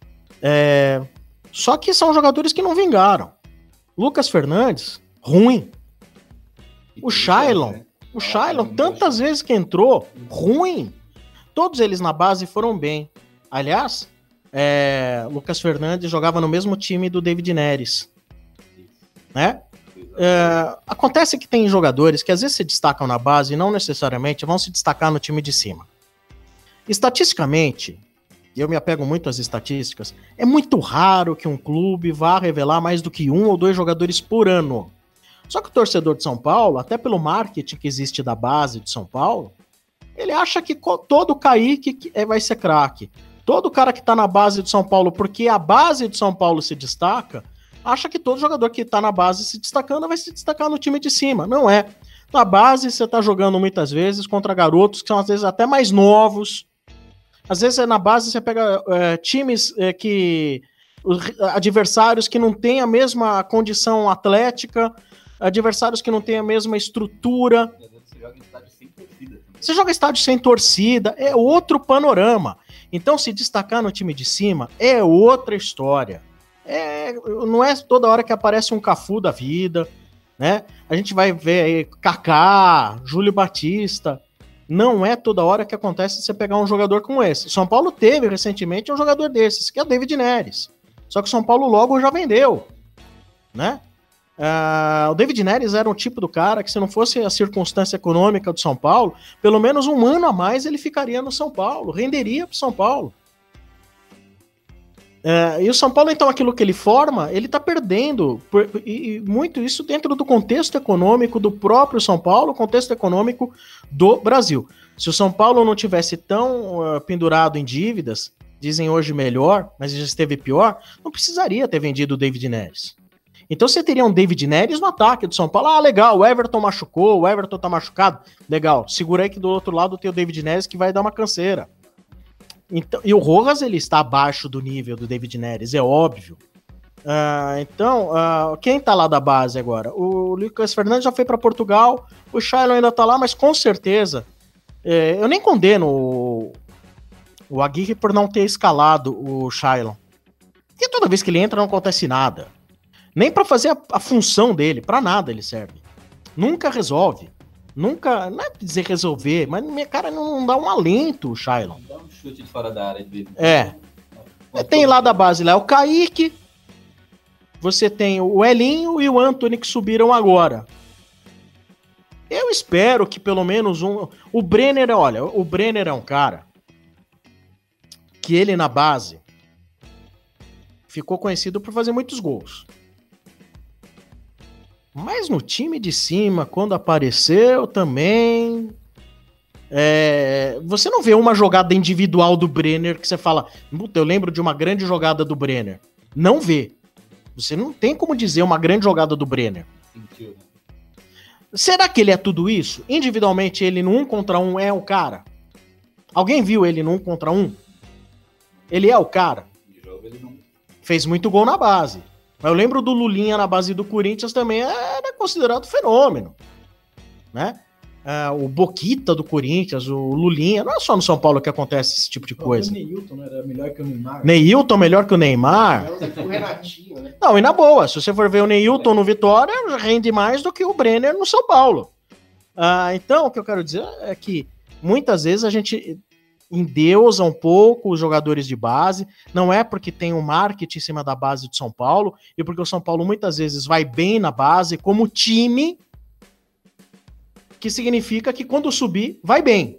Só que são jogadores que não vingaram. Lucas Fernandes, ruim. O Shailon, tantas vezes que entrou, ruim. Todos eles na base foram bem. Aliás, Lucas Fernandes jogava no mesmo time do David Neres. Né? Acontece que tem jogadores que às vezes se destacam na base e não necessariamente vão se destacar no time de cima. Estatisticamente, e eu me apego muito às estatísticas, é muito raro que um clube vá revelar mais do que 1 ou 2 jogadores por ano. Só que o torcedor de São Paulo, até pelo marketing que existe da base de São Paulo, ele acha que todo Kaique vai ser craque. Todo cara que tá na base de São Paulo, porque a base de São Paulo se destaca, acha que todo jogador que tá na base se destacando vai se destacar no time de cima. Não é. Na base você tá jogando muitas vezes contra garotos que são às vezes até mais novos. Às vezes na base você pega times adversários que não têm a mesma condição atlética, adversários que não têm a mesma estrutura. Você joga estádio sem torcida, é outro panorama. Então se destacar no time de cima é outra história. Não é toda hora que aparece um Cafu da vida, né? A gente vai ver aí Kaká, Júlio Batista. Não é toda hora que acontece você pegar um jogador como esse. São Paulo teve recentemente um jogador desses, que é o David Neres. Só que o São Paulo logo já vendeu, né? O David Neres era um tipo do cara que, se não fosse a circunstância econômica do São Paulo, pelo menos um ano a mais ele ficaria no São Paulo, renderia pro São Paulo. E o São Paulo, então, aquilo que ele forma, ele tá perdendo, e muito isso dentro do contexto econômico do próprio São Paulo, contexto econômico do Brasil. Se o São Paulo não tivesse tão pendurado em dívidas, dizem hoje melhor, mas já esteve pior, não precisaria ter vendido o David Neres. Então você teria um David Neres no ataque do São Paulo. Ah, legal, o Everton machucou, o Everton tá machucado. Legal, segura aí que do outro lado tem o David Neres que vai dar uma canseira. Então, e o Rojas, ele está abaixo do nível do David Neres, é óbvio. Quem tá lá da base agora? O Lucas Fernandes já foi para Portugal, o Shailon ainda tá lá, mas com certeza, eu nem condeno o Aguirre por não ter escalado o Shailon. Porque toda vez que ele entra não acontece nada. Nem para fazer a função dele, para nada ele serve. Nunca resolve. Nunca, não é dizer resolver, mas minha cara não dá um alento, o Shailon. Dá um chute de fora da área dele. Tem lá da base lá o Kaique, você tem o Elinho e o Antony que subiram agora. Eu espero que pelo menos o Brenner, olha, o Brenner é um cara que ele na base ficou conhecido por fazer muitos gols. Mas no time de cima, quando apareceu também... você não vê uma jogada individual do Brenner que você fala, eu lembro de uma grande jogada do Brenner. Não vê. Você não tem como dizer uma grande jogada do Brenner. Sentiu, né? Será que ele é tudo isso? Individualmente ele no 1 contra 1 é o cara? Alguém viu ele no 1 contra 1? Ele é o cara? De jogo ele não... Fez muito gol na base. Mas eu lembro do Lulinha na base do Corinthians também, era considerado fenômeno, né? O Boquita do Corinthians, o Lulinha, não é só no São Paulo que acontece esse tipo de coisa. O Neilton era melhor que o Neymar. Neilton melhor que o Neymar. O Renatinho, né? Não, e na boa, se você for ver o Neilton no Vitória, rende mais do que o Brenner no São Paulo. Então, o que eu quero dizer é que muitas vezes a gente endeusa um pouco os jogadores de base, não é porque tem um marketing em cima da base de São Paulo, e porque o São Paulo muitas vezes vai bem na base como time, que significa que quando subir, vai bem.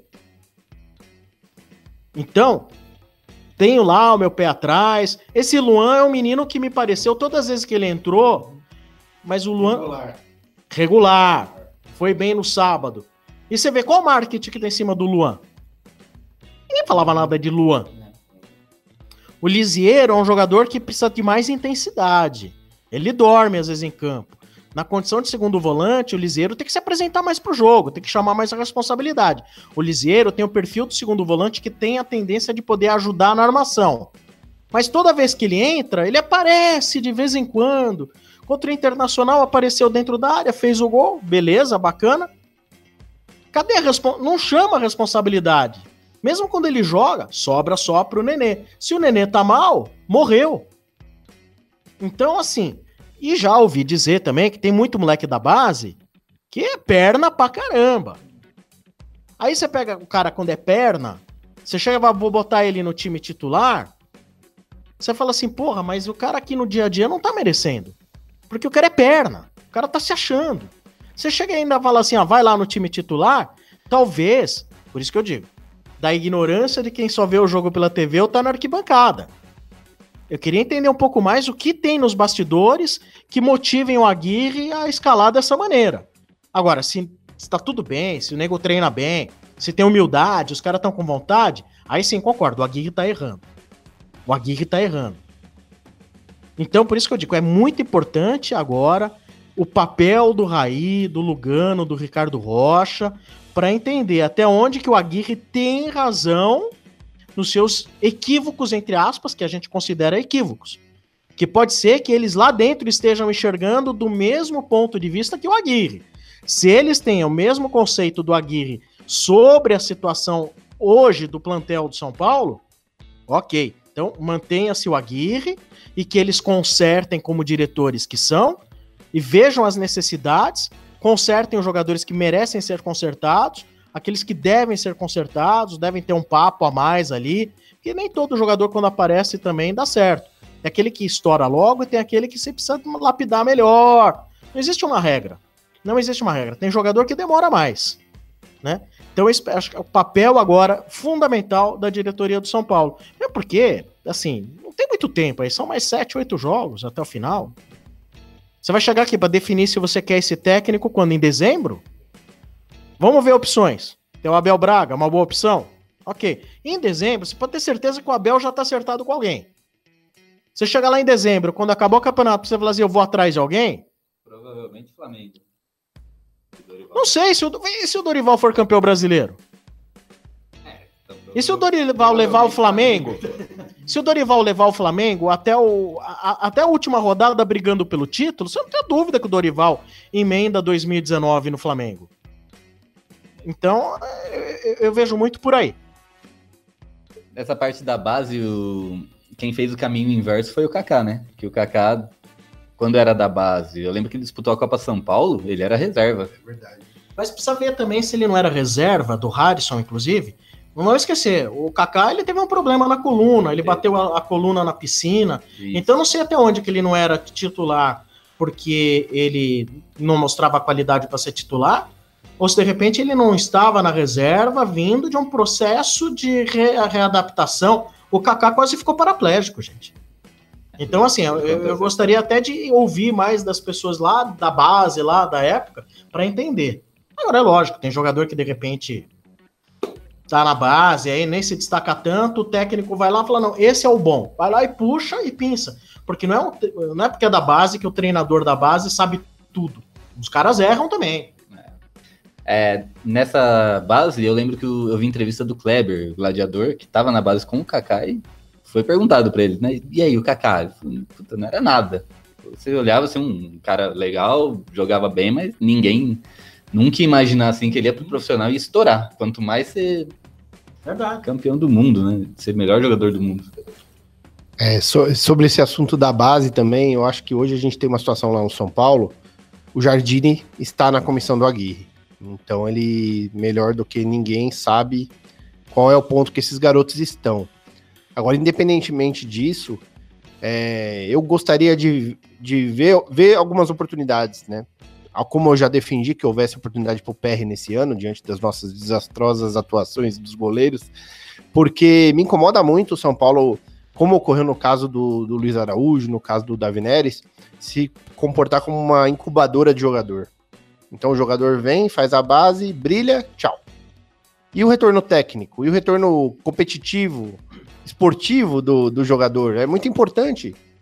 Então, tenho lá o meu pé atrás. Esse Luan é um menino que me pareceu, todas as vezes que ele entrou, mas o Luan... Regular. Foi bem no sábado. E você vê qual o marketing que tem em cima do Luan? Ninguém falava nada de Luan. O Lisieiro é um jogador que precisa de mais intensidade. Ele dorme às vezes em campo. Na condição de segundo volante, o Liseiro tem que se apresentar mais pro jogo, tem que chamar mais a responsabilidade. O Liseiro tem o perfil do segundo volante que tem a tendência de poder ajudar na armação. Mas toda vez que ele entra, ele aparece de vez em quando. Contra o Internacional apareceu dentro da área, fez o gol, beleza, bacana. Cadê a não chama a responsabilidade. Mesmo quando ele joga, sobra só pro Nenê. Se o Nenê tá mal, morreu. Então, assim, e já ouvi dizer também que tem muito moleque da base que é perna pra caramba. Aí você pega o cara quando é perna, você chega, vou botar ele no time titular, você fala assim, porra, mas o cara aqui no dia a dia não tá merecendo. Porque o cara é perna, o cara tá se achando. Você chega ainda e fala assim, vai lá no time titular, talvez, por isso que eu digo, da ignorância de quem só vê o jogo pela TV ou tá na arquibancada. Eu queria entender um pouco mais o que tem nos bastidores que motivem o Aguirre a escalar dessa maneira. Agora, se tá tudo bem, se o nego treina bem, se tem humildade, os caras estão com vontade, aí sim, concordo, o Aguirre tá errando. O Aguirre tá errando. Então, por isso que eu digo, é muito importante agora o papel do Raí, do Lugano, do Ricardo Rocha, para entender até onde que o Aguirre tem razão nos seus equívocos, entre aspas, que a gente considera equívocos. Que pode ser que eles lá dentro estejam enxergando do mesmo ponto de vista que o Aguirre. Se eles têm o mesmo conceito do Aguirre sobre a situação hoje do plantel do São Paulo, ok. Então, mantenha-se o Aguirre e que eles consertem como diretores que são e vejam as necessidades, consertem os jogadores que merecem ser consertados, aqueles que devem ser consertados, devem ter um papo a mais ali, porque nem todo jogador quando aparece também dá certo. Tem aquele que estoura logo e tem aquele que você precisa lapidar melhor. Não existe uma regra. Não existe uma regra. Tem jogador que demora mais, né? Então, acho que é o papel agora fundamental da diretoria do São Paulo. É porque, assim, não tem muito tempo aí, são mais 7, 8 jogos até o final. Você vai chegar aqui para definir se você quer esse técnico quando? Em dezembro? Vamos ver opções. Tem o Abel Braga, uma boa opção? Ok. Em dezembro, você pode ter certeza que o Abel já tá acertado com alguém. Você chega lá em dezembro, quando acabar o campeonato, você fala assim, eu vou atrás de alguém? Provavelmente Flamengo. Não sei, se o Dorival for campeão brasileiro. E se o Dorival levar o Flamengo? Se o Dorival levar o Flamengo até a última rodada brigando pelo título, você não tem dúvida que o Dorival emenda 2019 no Flamengo. Então, eu vejo muito por aí. Nessa parte da base, quem fez o caminho inverso foi o Kaká, né? Que o Kaká, quando era da base, eu lembro que ele disputou a Copa São Paulo, ele era reserva. É verdade. Mas precisa ver também se ele não era reserva, do Harrison, inclusive. Não esquecer, o Kaká, ele teve um problema na coluna, ele bateu a coluna na piscina. Isso. Então, não sei até onde que ele não era titular, porque ele não mostrava qualidade para ser titular, ou se de repente ele não estava na reserva, vindo de um processo de readaptação. O Kaká quase ficou paraplégico, gente. Então, assim, eu gostaria até de ouvir mais das pessoas lá da base, lá da época, para entender. Agora, é lógico, tem jogador que de repente tá na base, aí nem se destaca tanto, o técnico vai lá e fala, não, esse é o bom. Vai lá e puxa e pinça. Porque não é porque é da base que o treinador da base sabe tudo. Os caras erram também. Nessa base, eu lembro que eu vi entrevista do Kleber, o gladiador, que tava na base com o Kaká e foi perguntado pra ele, né? E aí, o Kaká? Ele falou, puta, não era nada. Você olhava assim, um cara legal, jogava bem, mas ninguém nunca ia imaginar assim que ele ia pro profissional e estourar. Quanto mais ser campeão do mundo, né? Ser melhor jogador do mundo. Sobre esse assunto da base também, eu acho que hoje a gente tem uma situação lá no São Paulo, o Jardine está na comissão do Aguirre. Então ele, melhor do que ninguém, sabe qual é o ponto que esses garotos estão. Agora, independentemente disso, eu gostaria de ver algumas oportunidades, né? Como eu já defendi que houvesse oportunidade para o PR nesse ano, diante das nossas desastrosas atuações dos goleiros, porque me incomoda muito o São Paulo, como ocorreu no caso do Luiz Araújo, no caso do Davi Neres, se comportar como uma incubadora de jogador. Então o jogador vem, faz a base, brilha, tchau. E o retorno técnico? E o retorno competitivo, esportivo do jogador? É muito importante.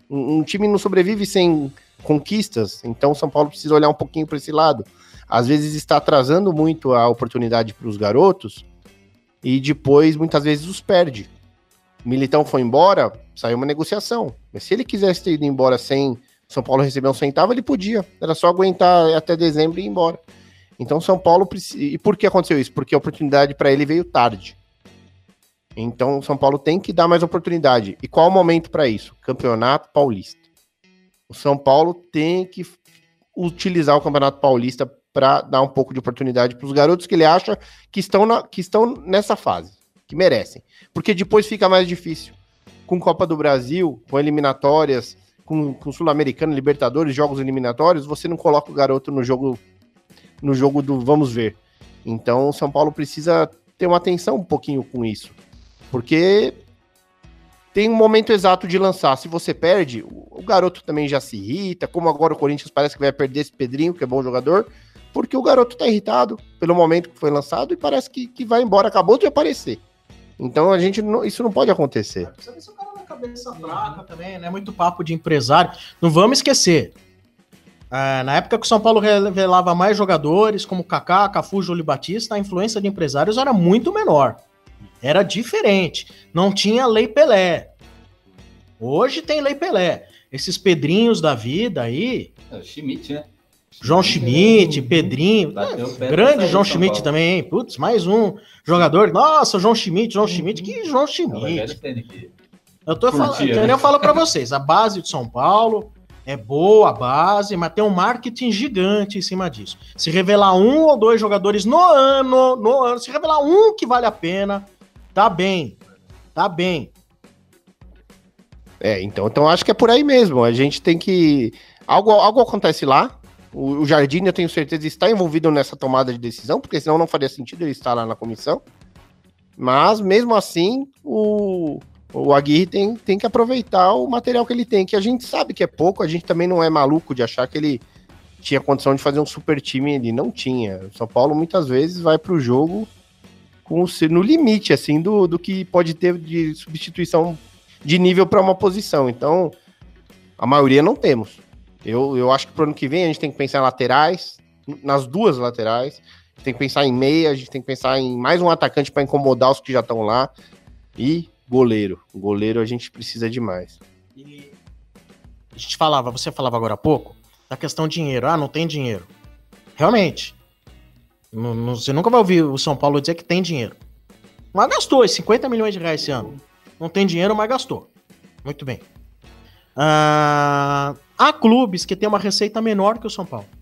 Um time não sobrevive sem conquistas, então o São Paulo precisa olhar um pouquinho para esse lado. Às vezes está atrasando muito a oportunidade para os garotos e depois, muitas vezes, os perde. O Militão foi embora, saiu uma negociação. Mas se ele quisesse ter ido embora sem o São Paulo receber um centavo, ele podia. Era só aguentar até dezembro e ir embora. Então, São Paulo precisa... E por que aconteceu isso? Porque a oportunidade para ele veio tarde. Então, o São Paulo tem que dar mais oportunidade. E qual é o momento para isso? Campeonato Paulista. O São Paulo tem que utilizar o Campeonato Paulista para dar um pouco de oportunidade para os garotos que ele acha que estão nessa fase, que merecem. Porque depois fica mais difícil. Com Copa do Brasil, com eliminatórias, com Sul-Americano, Libertadores, jogos eliminatórios, você não coloca o garoto no jogo do vamos ver. Então o São Paulo precisa ter uma atenção um pouquinho com isso. Porque tem um momento exato de lançar. Se você perde, o garoto também já se irrita, como agora o Corinthians parece que vai perder esse Pedrinho, que é bom jogador, porque o garoto tá irritado pelo momento que foi lançado e parece que vai embora, acabou de aparecer. Então isso não pode acontecer. Precisa ver se o cara na cabeça fraca também, né? Muito papo de empresário. Não vamos esquecer. Na época que o São Paulo revelava mais jogadores, como Kaká, Cafu, Júlio Batista, a influência de empresários era muito menor. Era diferente. Não tinha Lei Pelé. Hoje tem Lei Pelé. Esses Pedrinhos da vida aí... É o Schmidt, né? João Schmidt, Pedrinho. Grande João Schmidt também, hein? Putz, mais um jogador. Nossa, João Schmidt. Que João Schmidt? Eu tô falando, eu falo pra vocês, a base de São Paulo é boa, a base, mas tem um marketing gigante em cima disso. Se revelar 1 ou 2 jogadores no ano, se revelar um que vale a pena, tá bem. Então acho que é por aí mesmo. A gente tem que... Algo acontece lá. O Jardim, eu tenho certeza, está envolvido nessa tomada de decisão, porque senão não faria sentido ele estar lá na comissão. Mas, mesmo assim, o Aguirre tem que aproveitar o material que ele tem, que a gente sabe que é pouco, a gente também não é maluco de achar que ele tinha condição de fazer um super time, ele não tinha. O São Paulo, muitas vezes, vai para o jogo no limite, assim, do que pode ter de substituição de nível para uma posição. Então, a maioria não temos. Eu acho que pro ano que vem a gente tem que pensar em laterais, nas 2 laterais, tem que pensar em meia, a gente tem que pensar em mais um atacante para incomodar os que já estão lá, e goleiro. O goleiro a gente precisa demais. E você falava agora há pouco, da questão dinheiro. Não tem dinheiro. Realmente. Você nunca vai ouvir o São Paulo dizer que tem dinheiro. Mas gastou 50 milhões de reais esse ano. Não tem dinheiro, mas gastou. Muito bem. Há clubes que têm uma receita menor que o São Paulo,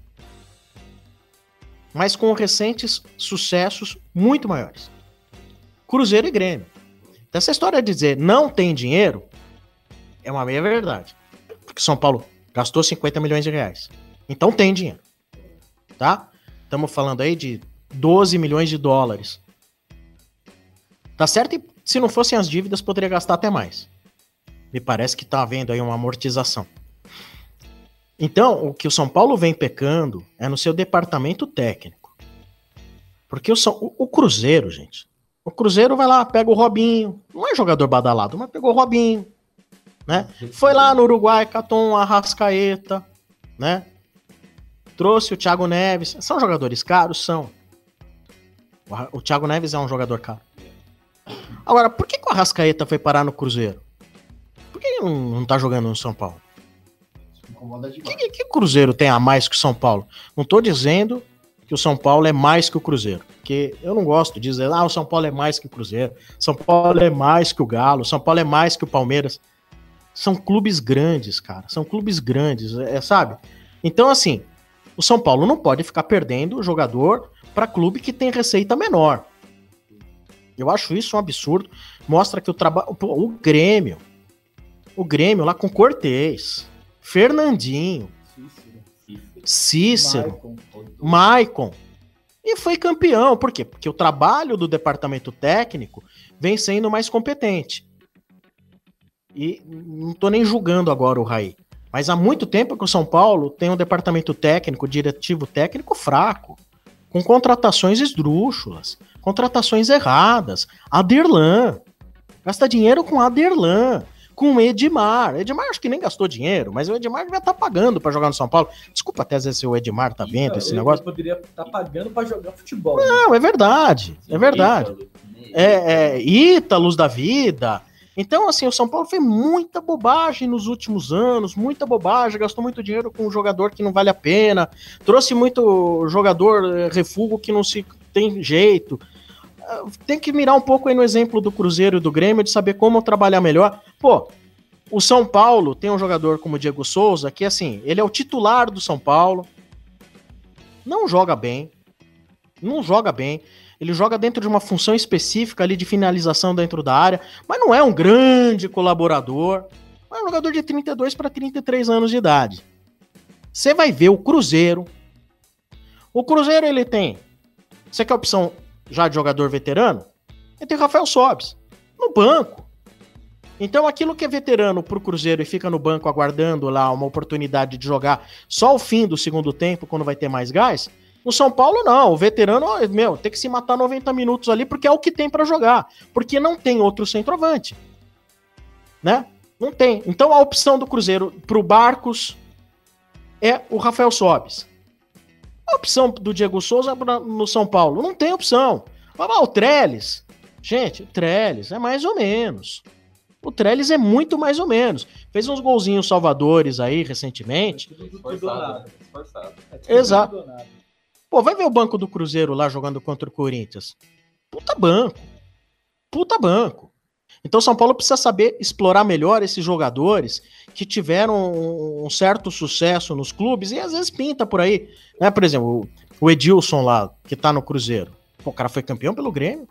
mas com recentes sucessos muito maiores. Cruzeiro e Grêmio. Então, essa história de dizer não tem dinheiro é uma meia verdade. Porque São Paulo gastou 50 milhões de reais. Então tem dinheiro. Tá? Estamos falando aí de 12 milhões de dólares. Tá certo? E se não fossem as dívidas, poderia gastar até mais. Me parece que tá havendo aí uma amortização. Então, o que o São Paulo vem pecando é no seu departamento técnico. Porque o Cruzeiro, gente, o Cruzeiro vai lá, pega o Robinho, não é jogador badalado, mas pegou o Robinho, né? Foi lá no Uruguai, catou um Arrascaeta, né? Trouxe o Thiago Neves. São jogadores caros? São. O Thiago Neves é um jogador caro. Agora, por que o Arrascaeta foi parar no Cruzeiro? Por que ele não tá jogando no São Paulo? Que Cruzeiro tem a mais que o São Paulo? Não tô dizendo que o São Paulo é mais que o Cruzeiro, porque eu não gosto de dizer, o São Paulo é mais que o Cruzeiro, São Paulo é mais que o Galo, São Paulo é mais que o Palmeiras. São clubes grandes, cara, são clubes grandes, sabe? Então, assim, o São Paulo não pode ficar perdendo jogador para clube que tem receita menor. Eu acho isso um absurdo. Mostra que o Grêmio lá com Cortez, Fernandinho, Cícero, Maicon, e foi campeão. Por quê? Porque o trabalho do departamento técnico vem sendo mais competente. E não tô nem julgando agora o Raí, mas há muito tempo que o São Paulo tem um departamento técnico, diretivo técnico fraco, com contratações esdrúxulas, contratações erradas. Aderlan, gasta dinheiro com Aderlan. com o Edmar. Edmar acho que nem gastou dinheiro, mas o Edmar já tá pagando pra jogar no São Paulo. Desculpa até se o Edmar tá vendo esse negócio. Ele poderia estar pagando pra jogar futebol. Não, é verdade, é verdade. Ítalos da vida. Então, assim, o São Paulo fez muita bobagem nos últimos anos, muita bobagem, gastou muito dinheiro com um jogador que não vale a pena, trouxe muito jogador refúgio que não se tem jeito. Tem que mirar um pouco aí no exemplo do Cruzeiro e do Grêmio, de saber como trabalhar melhor. Pô, o São Paulo tem um jogador como o Diego Souza, que assim, ele é o titular do São Paulo, não joga bem, ele joga dentro de uma função específica ali de finalização dentro da área, mas não é um grande colaborador, é um jogador de 32 para 33 anos de idade. Você vai ver o Cruzeiro ele tem, você quer a opção já de jogador veterano? Ele tem Rafael Sobis no banco. Então aquilo que é veterano pro Cruzeiro e fica no banco aguardando lá uma oportunidade de jogar só ao fim do segundo tempo, quando vai ter mais gás, no São Paulo não, o veterano, tem que se matar 90 minutos ali porque é o que tem pra jogar, porque não tem outro centroavante, né? Não tem. Então a opção do Cruzeiro pro Barcos é o Rafael Sobis. A opção do Diego Souza no São Paulo, não tem opção. O Trellis, gente, o Trellis é mais ou menos. O Trellis é muito mais ou menos. Fez uns golzinhos salvadores aí recentemente. Esforçado. Exato. Pô, vai ver o banco do Cruzeiro lá jogando contra o Corinthians. Puta banco. Então o São Paulo precisa saber explorar melhor esses jogadores que tiveram um certo sucesso nos clubes e às vezes pinta por aí. Né? Por exemplo, o Edilson lá, que tá no Cruzeiro. Pô, o cara foi campeão pelo Grêmio.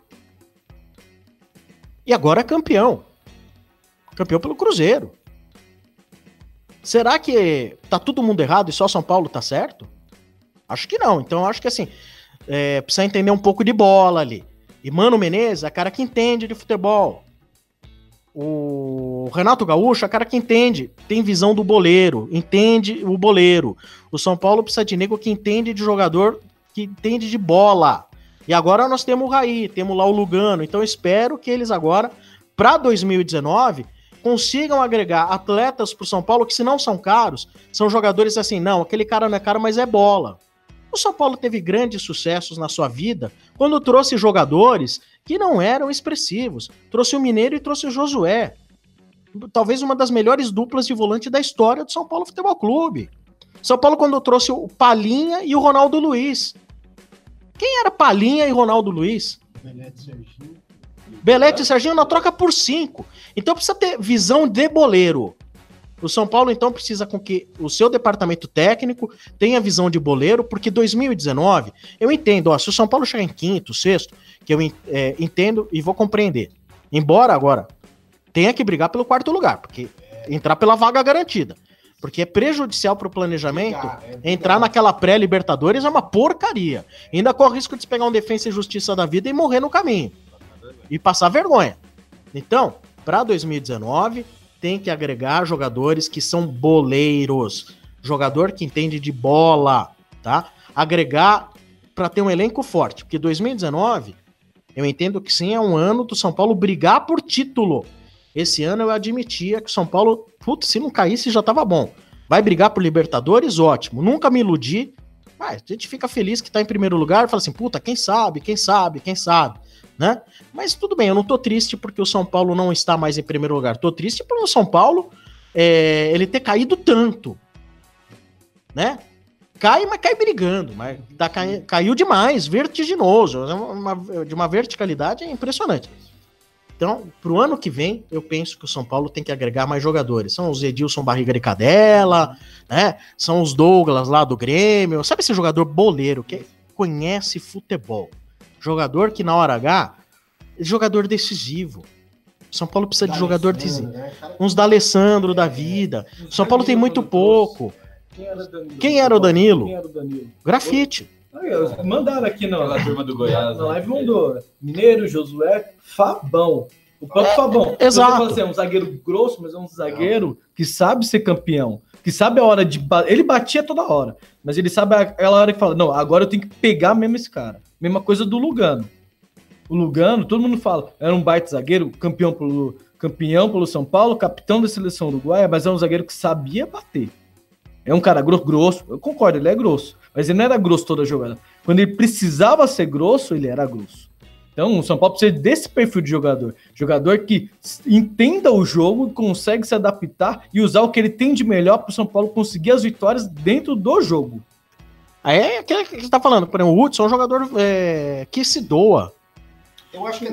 E agora é campeão. Campeão pelo Cruzeiro. Será que tá todo mundo errado e só São Paulo tá certo? Acho que não. Então acho que assim, precisa entender um pouco de bola ali. E Mano Menezes é cara que entende de futebol. O Renato Gaúcho é cara que entende, tem visão do boleiro, entende o boleiro. O São Paulo precisa de nego que entende de jogador, que entende de bola. E agora nós temos o Raí, temos lá o Lugano. Então eu espero que eles agora, para 2019, consigam agregar atletas pro São Paulo que, se não são caros, são jogadores assim, não, aquele cara não é caro, mas é bola. O São Paulo teve grandes sucessos na sua vida quando trouxe jogadores que não eram expressivos. Trouxe o Mineiro e trouxe o Josué. Talvez uma das melhores duplas de volante da história do São Paulo Futebol Clube. São Paulo quando trouxe o Palinha e o Ronaldo Luiz. Quem era Palinha e Ronaldo Luiz? Belete e Serginho na troca por 5. Então precisa ter visão de boleiro. O São Paulo, então, precisa com que o seu departamento técnico tenha visão de boleiro, porque 2019, eu entendo, se o São Paulo chegar em quinto, sexto, que eu entendo e vou compreender. Embora agora tenha que brigar pelo quarto lugar, porque entrar pela vaga garantida. Porque é prejudicial para o planejamento. Entrar naquela pré-Libertadores é uma porcaria. Ainda corre o risco de se pegar um Defensa e Justiça da vida e morrer no caminho. E passar vergonha. Então, para 2019... tem que agregar jogadores que são boleiros, jogador que entende de bola, tá? Agregar para ter um elenco forte, porque 2019, eu entendo que sim, é um ano do São Paulo brigar por título. Esse ano eu admitia que o São Paulo, se não caísse já tava bom. Vai brigar por Libertadores, ótimo. Nunca me iludi, mas a gente fica feliz que tá em primeiro lugar e fala assim, quem sabe, né? Mas tudo bem, eu não tô triste porque o São Paulo não está mais em primeiro lugar. Tô triste pelo São Paulo ele ter caído tanto, né? Mas cai brigando, mas caiu demais, vertiginoso, de uma verticalidade impressionante. Então, pro ano que vem, eu penso que o São Paulo tem que agregar mais jogadores. São os Edilson Barriga de Cadela, né? São os Douglas lá do Grêmio. Sabe esse jogador boleiro que conhece futebol? Jogador que na hora H é jogador decisivo. São Paulo precisa de jogador decisivo. Uns da Alessandro da vida. São Paulo tem muito pouco. Quem era o Danilo? Grafite. Mandaram aqui na turma do Goiás. Na live mandou. Mineiro, Josué, Fabão. O próprio Fabão. Exato. Você fala assim, é um zagueiro grosso, mas é um zagueiro que sabe ser campeão. Que sabe a hora de... Ele batia toda hora. Mas ele sabe aquela hora que fala, não, agora eu tenho que pegar mesmo esse cara. Mesma coisa do Lugano. O Lugano, todo mundo fala, era um baita zagueiro, campeão campeão pelo São Paulo, capitão da seleção uruguaia, mas é um zagueiro que sabia bater. É um cara grosso, eu concordo, ele é grosso, mas ele não era grosso toda a jogada. Quando ele precisava ser grosso, ele era grosso. Então, o São Paulo precisa desse perfil de jogador. Jogador que entenda o jogo, consegue se adaptar e usar o que ele tem de melhor para o São Paulo conseguir as vitórias dentro do jogo. Aí é aquele que você tá falando, por exemplo, o Hudson é um jogador que se doa. Eu acho que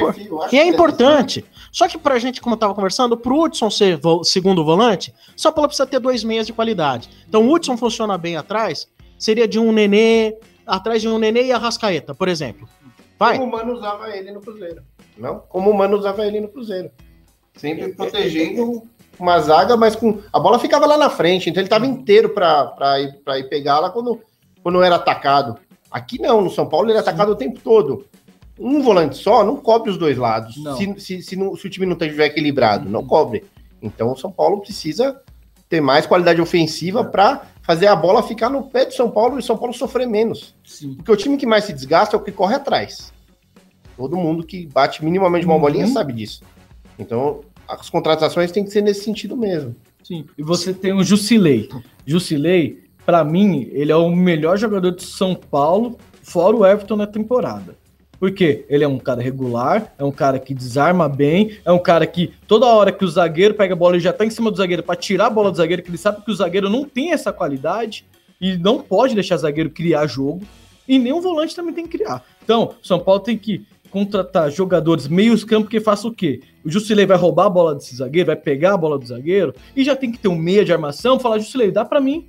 é importante. Só que pra gente, como eu tava conversando, pro Hudson ser segundo volante, São Paulo precisa ter 2 meias de qualidade. Então o Hudson funciona bem atrás, seria de um Nenê, atrás de um Nenê e Arrascaeta, por exemplo. Vai. Como o Mano usava ele no Cruzeiro. Não? Como o Mano usava ele no Cruzeiro. Sempre protegendo uma zaga, mas com a bola ficava lá na frente, então ele tava inteiro pra ir pegá-la quando era atacado. Aqui não, no São Paulo ele é atacado o tempo todo. Um volante só não cobre os dois lados. Se o time não estiver equilibrado, não cobre. Então o São Paulo precisa ter mais qualidade ofensiva para fazer a bola ficar no pé do São Paulo e o São Paulo sofrer menos. Sim. Porque o time que mais se desgasta é o que corre atrás. Todo mundo que bate minimamente uma bolinha sabe disso. Então as contratações têm que ser nesse sentido mesmo. Sim. E você tem o Jusilei. Jusilei, para mim, ele é o melhor jogador de São Paulo, fora o Everton na temporada. Porque ele é um cara regular, é um cara que desarma bem, é um cara que toda hora que o zagueiro pega a bola, ele já tá em cima do zagueiro para tirar a bola do zagueiro, que ele sabe que o zagueiro não tem essa qualidade e não pode deixar o zagueiro criar jogo, e nem o volante também tem que criar. Então, o São Paulo tem que contratar jogadores meios campo que façam o quê? O Jusilei vai roubar a bola desse zagueiro, vai pegar a bola do zagueiro, e já tem que ter um meia de armação, falar, Jusilei, dá para mim.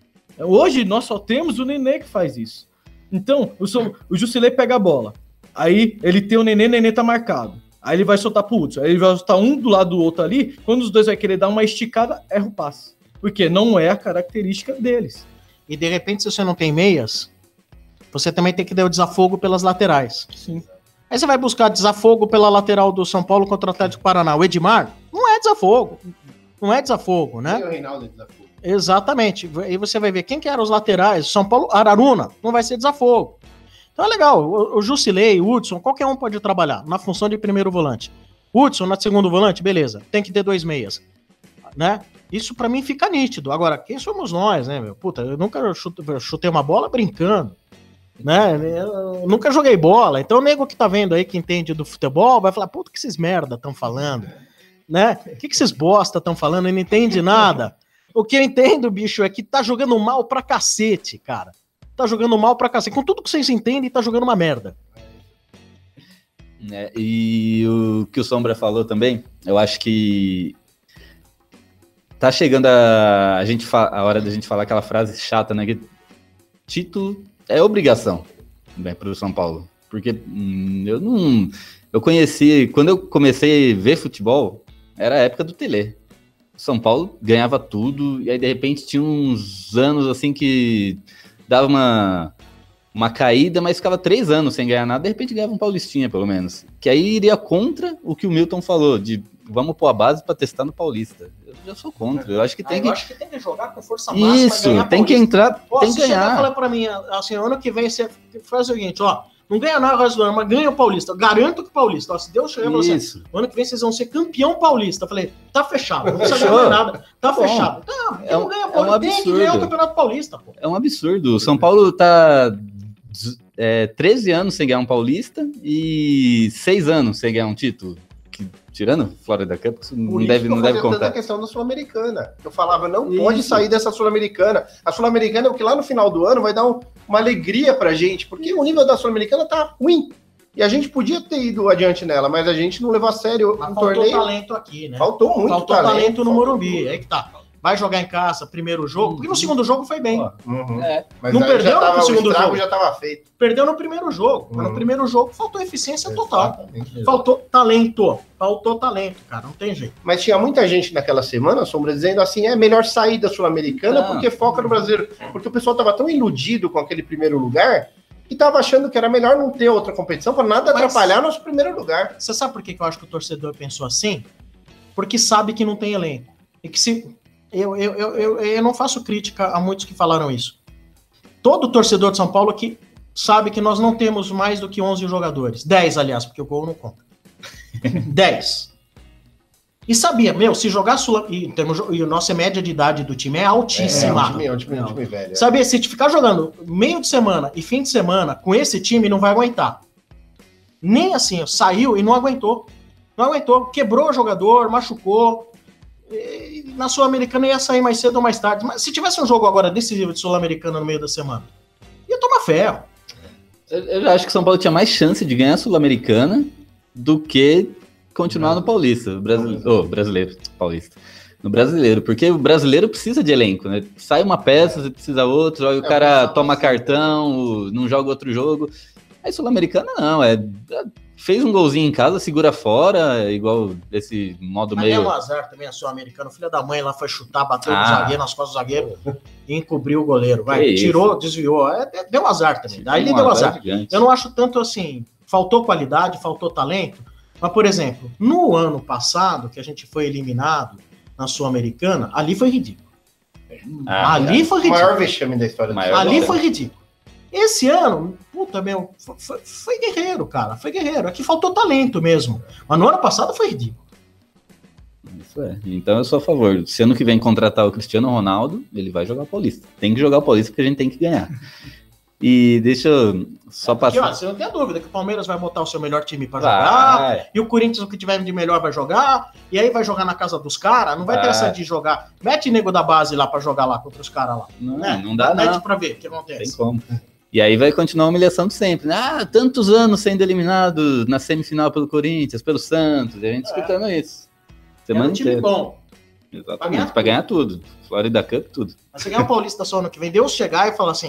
Hoje nós só temos o Nenê que faz isso. Então, o Jusilei pega a bola. Aí ele tem o Nenê tá marcado. Aí ele vai soltar pro Hudson. Aí ele vai soltar um do lado do outro ali. Quando os dois vai querer dar uma esticada, erra o passe. Porque não é a característica deles. E de repente, se você não tem meias, você também tem que dar o desafogo pelas laterais. Sim. Aí você vai buscar desafogo pela lateral do São Paulo contra o Atlético Paraná. O Edmar não é desafogo. Não é desafogo, né? E o Reinaldo é desafogo. Exatamente. Aí você vai ver quem que eram os laterais. São Paulo, Araruna, não vai ser desafogo. Então é legal, o Jusilei, o Hudson, qualquer um pode trabalhar na função de primeiro volante. Hudson na segundo volante, beleza, tem que ter 2 meias, né? Isso pra mim fica nítido. Agora, quem somos nós, né, meu? Puta, eu nunca chutei uma bola brincando, né? Eu nunca joguei bola, então o nego que tá vendo aí, que entende do futebol, vai falar, puta, que esses merda estão falando, né? O que esses bosta estão falando? Ele não entende nada. O que eu entendo, bicho, é que tá jogando mal pra cacete, cara. Tá jogando mal pra cacete. Com tudo que vocês entendem, tá jogando uma merda. E o que o Sombra falou também, eu acho que tá chegando a hora da gente falar aquela frase chata, né? Que título é obrigação, né, pro São Paulo. Porque quando eu comecei a ver futebol, era a época do Tele. São Paulo ganhava tudo, e aí de repente tinha uns anos assim que dava uma caída, mas ficava 3 anos sem ganhar nada, de repente ganhava um Paulistinha, pelo menos. Que aí iria contra o que o Milton falou, de vamos pôr a base para testar no Paulista. Eu já sou contra, eu acho que tem que... Eu acho que tem que jogar com força máxima. Isso, tem que entrar, tem que ganhar. Fala pra mim, assim, ano que vem você faz o seguinte, ó, não ganha nada o resto do ano, mas ganha o Paulista. Eu garanto que o Paulista, ó, se Deus chegar pra você, ano que vem vocês vão ser campeão paulista. Eu falei, tá fechado, não precisa ganhar nada, tá fechado. Não, não ganha Paulista, tem que ganhar o Campeonato Paulista, pô. É um absurdo. O São Paulo tá 13 anos sem ganhar um Paulista e 6 anos sem ganhar um título. Tirando Florida Cup, não deve contar. A questão da Sul-Americana. Eu falava, não pode sair dessa Sul-Americana. A Sul-Americana é o que lá no final do ano vai dar uma alegria pra gente, porque o nível da Sul-Americana tá ruim. E a gente podia ter ido adiante nela, mas a gente não levou a sério o torneio. Faltou talento aqui, né? Faltou muito talento. Faltou talento no Morumbi, aí que tá. Vai jogar em casa, primeiro jogo, porque no segundo jogo foi bem. Mas não perdeu no segundo jogo. Já tava feito. Perdeu no primeiro jogo. Mas no primeiro jogo faltou eficiência total. Faltou talento. Faltou talento, cara. Não tem jeito. Mas tinha muita gente naquela semana, Sombra, dizendo assim, é melhor sair da Sul-Americana porque foca no brasileiro. Porque o pessoal tava tão iludido com aquele primeiro lugar que tava achando que era melhor não ter outra competição para nada atrapalhar nosso primeiro lugar. Você sabe por que eu acho que o torcedor pensou assim? Porque sabe que não tem elenco. E que se... Eu não faço crítica a muitos que falaram isso. Todo torcedor de São Paulo aqui sabe que nós não temos mais do que 11 jogadores. 10, aliás, porque o gol não conta. 10. E sabia, se jogar e a nossa média de idade do time é altíssima. É um time velho. Sabia, se ficar jogando meio de semana e fim de semana com esse time, não vai aguentar. Nem assim, saiu e não aguentou. Não aguentou, quebrou o jogador, machucou. E na Sul-Americana ia sair mais cedo ou mais tarde. Mas se tivesse um jogo agora decisivo de Sul-Americana no meio da semana, ia tomar ferro. Eu já acho que São Paulo tinha mais chance de ganhar a Sul-Americana do que continuar no Paulista. Brasileiro, Paulista. No brasileiro, porque o brasileiro precisa de elenco, né? Sai uma peça, você precisa outra, aí o cara toma cartão, não joga outro jogo. Aí Sul-Americana não, fez um golzinho em casa, segura fora, igual esse modo meio... Mas é um azar também a Sul-Americana, o filho da mãe lá foi chutar, bateu no zagueiro, nas costas do zagueiro e encobriu o goleiro, tirou, desviou, deu um azar também, daí ele deu azar. Gigante. Eu não acho tanto assim, faltou qualidade, faltou talento, mas por exemplo, no ano passado, que a gente foi eliminado na Sul-Americana, ali foi ridículo. Ali foi ridículo. O maior vexame da história. Ali foi ridículo. Esse ano, foi guerreiro, cara. Foi guerreiro. Aqui faltou talento mesmo. Mas no ano passado foi ridículo. Isso é. Então eu sou a favor. Se ano que vem contratar o Cristiano Ronaldo, ele vai jogar o Paulista. Tem que jogar o Paulista porque a gente tem que ganhar. E deixa eu só passar... Aqui, ó, você não tem dúvida que o Palmeiras vai botar o seu melhor time pra jogar, e o Corinthians, o que tiver de melhor, vai jogar, e aí vai jogar na casa dos caras, não vai ter essa de jogar... Mete nego da base lá pra jogar lá contra os caras lá. Não dá, mete não. Pra ver o que acontece. Tem como. E aí vai continuar a humilhação de sempre. Tantos anos sendo eliminado na semifinal pelo Corinthians, pelo Santos, e a gente escutando isso. Semana inteira. Um time bom. Exatamente, pra ganhar tudo. Florida Cup, tudo. Mas você ganhar o Paulista só ano que vem, Deus chegar e falar assim,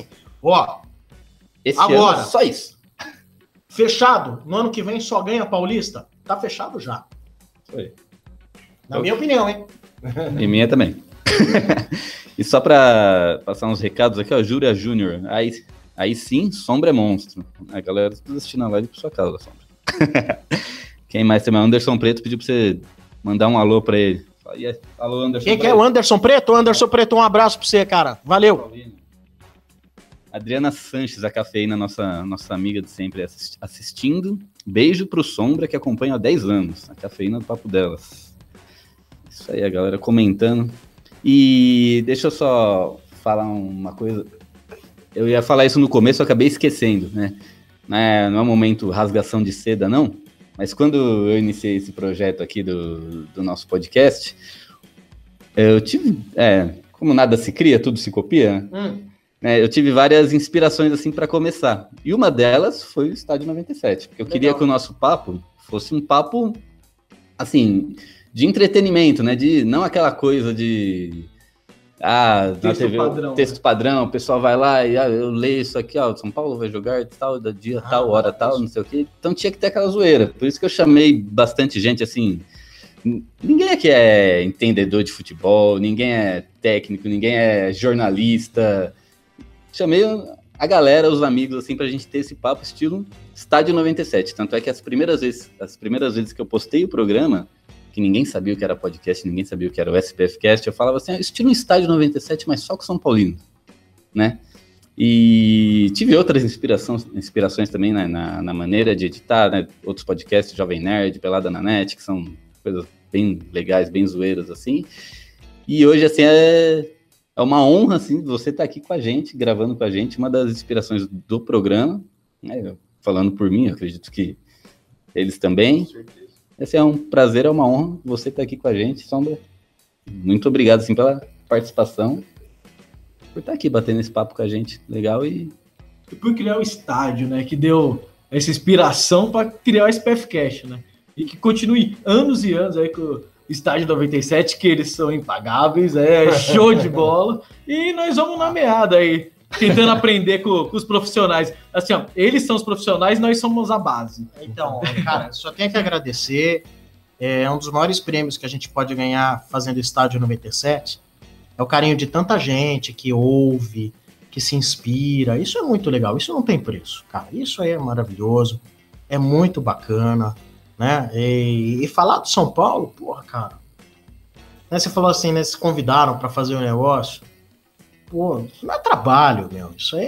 esse agora, ano, só isso. Fechado, no ano que vem só ganha Paulista, tá fechado já. Foi. Na minha opinião, hein? E minha também. E só pra passar uns recados aqui, Júlia Júnior. Aí sim, Sombra é monstro. A galera tá assistindo a live por sua causa, Sombra. Quem mais tem? Anderson Preto pediu pra você mandar um alô pra ele. Alô, Anderson. Quem que é o Anderson Preto? Anderson Preto, um abraço pra você, cara. Valeu. Adriana Sanches, a Cafeína, nossa amiga de sempre assistindo. Beijo pro Sombra, que acompanha há 10 anos. A Cafeína do Papo Delas. Isso aí, a galera comentando. E deixa eu só falar uma coisa. Eu ia falar isso no começo, eu acabei esquecendo, né? Não é um momento rasgação de seda, não. Mas quando eu iniciei esse projeto aqui do nosso podcast, eu tive... como nada se cria, tudo se copia, eu tive várias inspirações assim para começar. E uma delas foi o Estádio 97. Porque eu queria que o nosso papo fosse um papo, assim, de entretenimento, né? De, não aquela coisa de... texto TV, padrão, texto padrão, o pessoal vai lá e eu leio isso aqui, São Paulo vai jogar tal, dia tal, hora tal, não sei o quê. Então tinha que ter aquela zoeira. Por isso que eu chamei bastante gente, assim... Ninguém aqui é entendedor de futebol, ninguém é técnico, ninguém é jornalista. Chamei a galera, os amigos, assim, pra gente ter esse papo estilo Estádio 97. Tanto é que as primeiras vezes que eu postei o programa, que ninguém sabia o que era podcast, ninguém sabia o que era o SPFcast, eu falava assim, estilo Estádio 97, mas só com São Paulino, né? E tive outras inspirações também, né, na maneira de editar, né? Outros podcasts, Jovem Nerd, Pelada na Net, que são coisas bem legais, bem zoeiras, assim. E hoje, assim, é uma honra, assim, você estar aqui com a gente, gravando com a gente, uma das inspirações do programa, né? Falando por mim, eu acredito que eles também. Com certeza. Esse é um prazer, é uma honra você estar aqui com a gente, Sombra. Muito obrigado, assim, pela participação, por estar aqui batendo esse papo com a gente, legal. E por criar o estádio, né, que deu essa inspiração para criar o SPFcast, né, e que continue anos e anos aí com o Estádio 97, que eles são impagáveis, show de bola, e nós vamos na meada aí, tentando aprender com os profissionais. Assim, eles são os profissionais, nós somos a base. Então, cara, só tenho que agradecer. É um dos maiores prêmios que a gente pode ganhar fazendo Estádio 97. É o carinho de tanta gente que ouve, que se inspira. Isso é muito legal, isso não tem preço, cara. Isso aí é maravilhoso, é muito bacana, né? E falar do São Paulo, porra, cara. Né, você falou assim, né? Se convidaram para fazer o negócio. Pô, não é trabalho, meu. Isso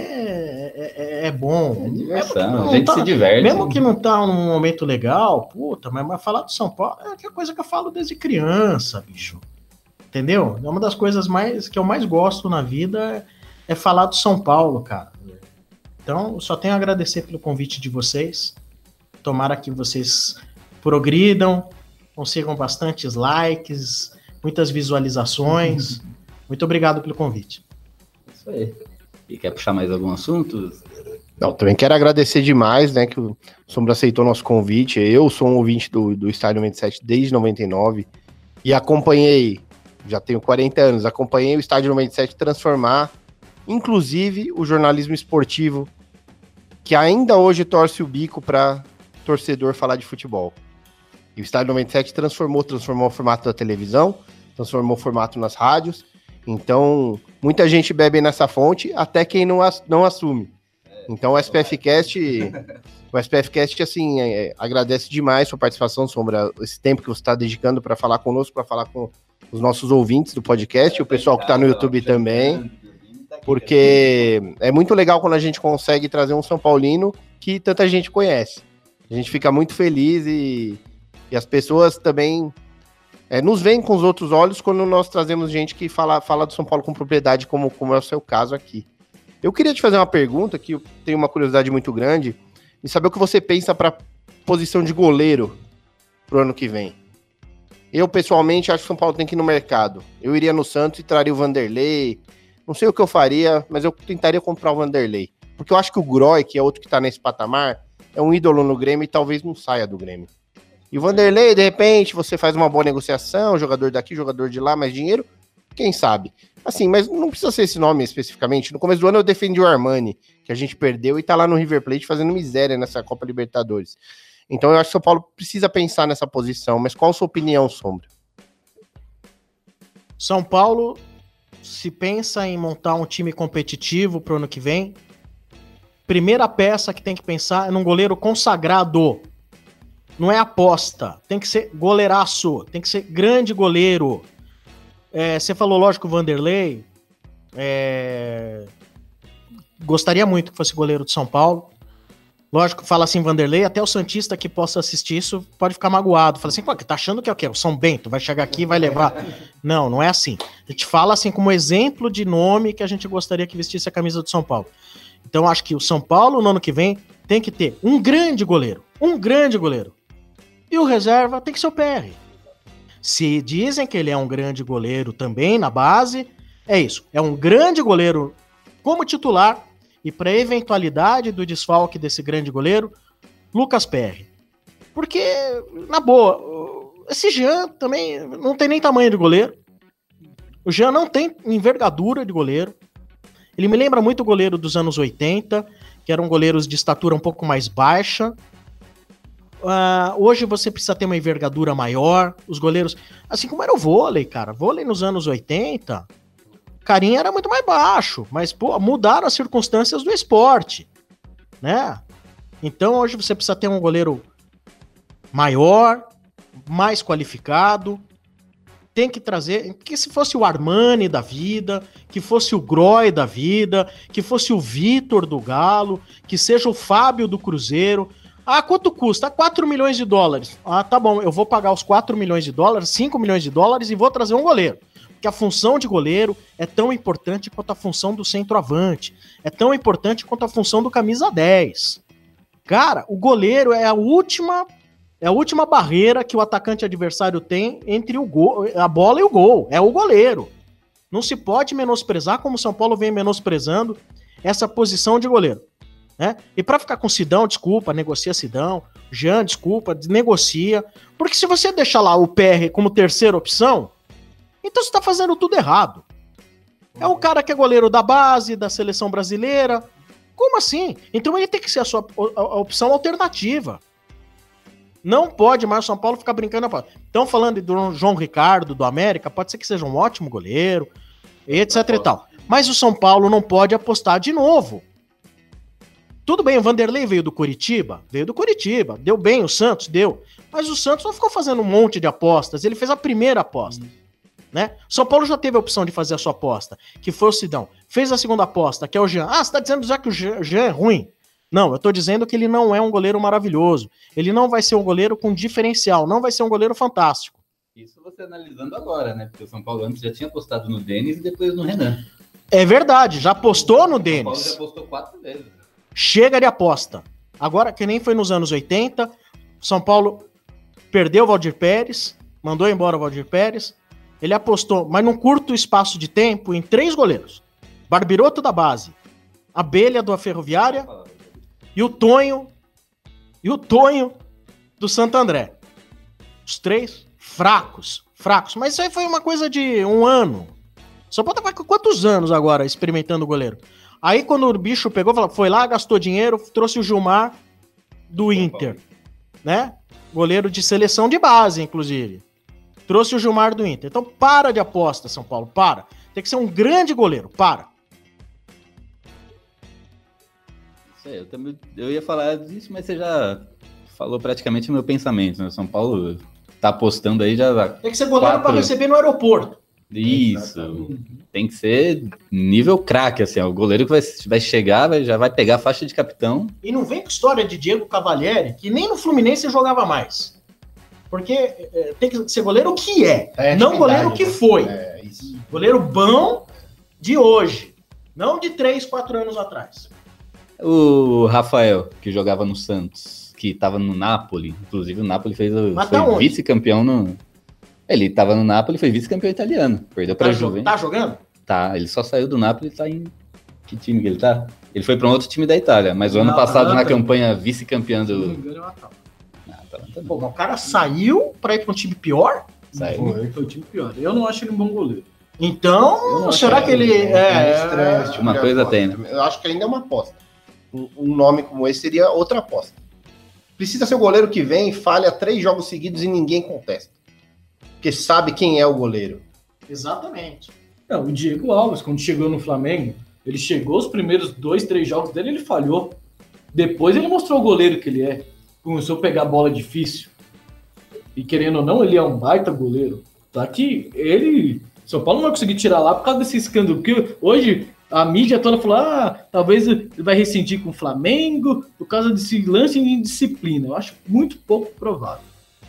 é bom. É diversão, a gente se diverte. Mesmo que não tá num momento legal, puta, mas falar do São Paulo é a coisa que eu falo desde criança, bicho. Entendeu? É uma das coisas que eu mais gosto na vida é falar do São Paulo, cara. Então, só tenho a agradecer pelo convite de vocês. Tomara que vocês progridam, consigam bastantes likes, muitas visualizações. Muito obrigado pelo convite. Isso aí. E quer puxar mais algum assunto? Não, também quero agradecer demais, né, que o Sombra aceitou nosso convite. Eu sou um ouvinte do Estádio 97 desde 99 e acompanhei, já tenho 40 anos, acompanhei o Estádio 97 transformar, inclusive, o jornalismo esportivo, que ainda hoje torce o bico para torcedor falar de futebol. E o Estádio 97 transformou o formato da televisão, transformou o formato nas rádios. Então, muita gente bebe nessa fonte, até quem não assume. Então, o SPFcast, assim, agradece demais sua participação, Sombra, esse tempo que você está dedicando para falar conosco, para falar com os nossos ouvintes do podcast, o pessoal que está no YouTube também, porque é muito legal quando a gente consegue trazer um São Paulino que tanta gente conhece. A gente fica muito feliz e as pessoas também nos veem com os outros olhos quando nós trazemos gente que fala do São Paulo com propriedade, como é o seu caso aqui. Eu queria te fazer uma pergunta, que eu tenho uma curiosidade muito grande, e saber o que você pensa para posição de goleiro pro ano que vem. Eu, pessoalmente, acho que o São Paulo tem que ir no mercado. Eu iria no Santos e traria o Vanderlei. Não sei o que eu faria, mas eu tentaria comprar o Vanderlei. Porque eu acho que o Groy, que é outro que tá nesse patamar, é um ídolo no Grêmio e talvez não saia do Grêmio. E o Vanderlei, de repente, você faz uma boa negociação, jogador daqui, jogador de lá, mais dinheiro, quem sabe? Assim, mas não precisa ser esse nome especificamente. No começo do ano eu defendi o Armani, que a gente perdeu e tá lá no River Plate fazendo miséria nessa Copa Libertadores. Então eu acho que o São Paulo precisa pensar nessa posição, mas qual a sua opinião, Sombra? São Paulo, se pensa em montar um time competitivo pro ano que vem, primeira peça que tem que pensar é num goleiro consagrado. Não é aposta, tem que ser goleiraço, tem que ser grande goleiro. Você falou, lógico, o Vanderlei. Gostaria muito que fosse goleiro de São Paulo. Lógico, fala assim, Vanderlei, até o santista que possa assistir isso pode ficar magoado. Fala assim, pô, tá achando que é o quê? O São Bento vai chegar aqui e vai levar. Não é assim. A gente fala assim como exemplo de nome que a gente gostaria que vestisse a camisa do São Paulo. Então acho que o São Paulo, no ano que vem, tem que ter um grande goleiro. E o reserva tem que ser o PR. Se dizem que ele é um grande goleiro também na base, é isso. É um grande goleiro como titular e para eventualidade do desfalque desse grande goleiro, Lucas PR. Porque, na boa, esse Jean também não tem nem tamanho de goleiro. O Jean não tem envergadura de goleiro. Ele me lembra muito o goleiro dos anos 80, que eram goleiros de estatura um pouco mais baixa. Hoje você precisa ter uma envergadura maior. Os goleiros, assim como era o vôlei, cara. Vôlei nos anos 80, carinha era muito mais baixo, mas pô, mudaram as circunstâncias do esporte, né? Então hoje você precisa ter um goleiro maior, mais qualificado. Tem que trazer, que se fosse o Armani da vida, que fosse o Groy da vida, que fosse o Vitor do Galo, que seja o Fábio do Cruzeiro. Quanto custa? 4 milhões de dólares. Tá bom, eu vou pagar os 4 milhões de dólares, 5 milhões de dólares e vou trazer um goleiro. Porque a função de goleiro é tão importante quanto a função do centroavante. É tão importante quanto a função do camisa 10. Cara, o goleiro é a última barreira que o atacante adversário tem entre a bola e o gol. É o goleiro. Não se pode menosprezar como o São Paulo vem menosprezando essa posição de goleiro. Né? E para ficar com Sidão, desculpa, negocia Sidão. Jean, desculpa, negocia. Porque se você deixar lá o PR como terceira opção, então você tá fazendo tudo errado. É um cara que é goleiro da base, da seleção brasileira. Como assim? Então ele tem que ser a opção alternativa. Não pode mais o São Paulo ficar brincando. Estão falando do João Ricardo, do América, pode ser que seja um ótimo goleiro, etc e tal. Mas o São Paulo não pode apostar de novo. Tudo bem, o Vanderlei veio do Coritiba, deu bem, o Santos deu, mas o Santos não ficou fazendo um monte de apostas, ele fez a primeira aposta. Né? São Paulo já teve a opção de fazer a sua aposta, que foi o Sidão. Fez a segunda aposta, que é o Jean. Ah, você tá dizendo já que o Jean é ruim? Não, eu tô dizendo que ele não é um goleiro maravilhoso. Ele não vai ser um goleiro com diferencial, não vai ser um goleiro fantástico. Isso você analisando agora, né? Porque o São Paulo antes já tinha apostado no Denis e depois no Renan. É verdade, já apostou no Denis. O São Paulo já apostou 4 vezes. Chega de aposta. Agora, que nem foi nos anos 80, São Paulo perdeu o Valdir Pérez, mandou embora o Valdir Pérez. Ele apostou, mas num curto espaço de tempo, em 3 goleiros. Barbiroto da base, Abelha da Ferroviária e o Tonho do Santo André. Os 3 fracos. Mas isso aí foi uma coisa de 1 ano. Só pode estar com quantos anos agora experimentando o goleiro? Aí quando o bicho pegou, foi lá, gastou dinheiro, trouxe o Gilmar do Inter, né? Goleiro de seleção de base, inclusive. Trouxe o Gilmar do Inter. Então para de aposta, São Paulo, para. Tem que ser um grande goleiro, para. Eu ia falar disso, mas você já falou praticamente o meu pensamento, né? São Paulo tá apostando aí já... Tem que ser goleiro para receber no aeroporto. Isso. Tem que ser nível craque, assim, ó. O goleiro que vai chegar, já vai pegar a faixa de capitão. E não vem com história de Diego Cavalieri, que nem no Fluminense jogava mais. Porque tem que ser goleiro que não goleiro que foi. Isso. Goleiro bom de hoje, não de 3, 4 anos atrás. O Rafael, que jogava no Santos, que tava no Napoli, inclusive o Napoli foi vice-campeão no... Ele tava no Napoli, foi vice-campeão italiano, perdeu pra Juventus. Tá jogando? Tá, ele só saiu do Napoli e tá em... Que time que ele tá? Ele foi pra um outro time da Itália, mas o ano passado na campanha vice-campeão do... Se não me engano, é o Atalanta. Pô, mas o cara saiu pra ir pra um time pior? Foi um time pior. Eu não acho ele um bom goleiro. Então, será que ele... estranho esse tipo uma de coisa aposta. tem, né? Eu acho que ainda é uma aposta. Um nome como esse seria outra aposta. Precisa ser o goleiro que vem, falha 3 jogos seguidos e ninguém contesta. Porque sabe quem é o goleiro. Exatamente. Não, o Diego Alves, quando chegou no Flamengo, ele chegou os primeiros 2, 3 jogos dele, ele falhou. Depois ele mostrou o goleiro que ele é. Começou a pegar bola difícil. E querendo ou não, ele é um baita goleiro. Só que ele... São Paulo não vai conseguir tirar lá por causa desse escândalo. Porque hoje a mídia toda falou, talvez ele vai rescindir com o Flamengo por causa desse lance de indisciplina. Eu acho muito pouco provável.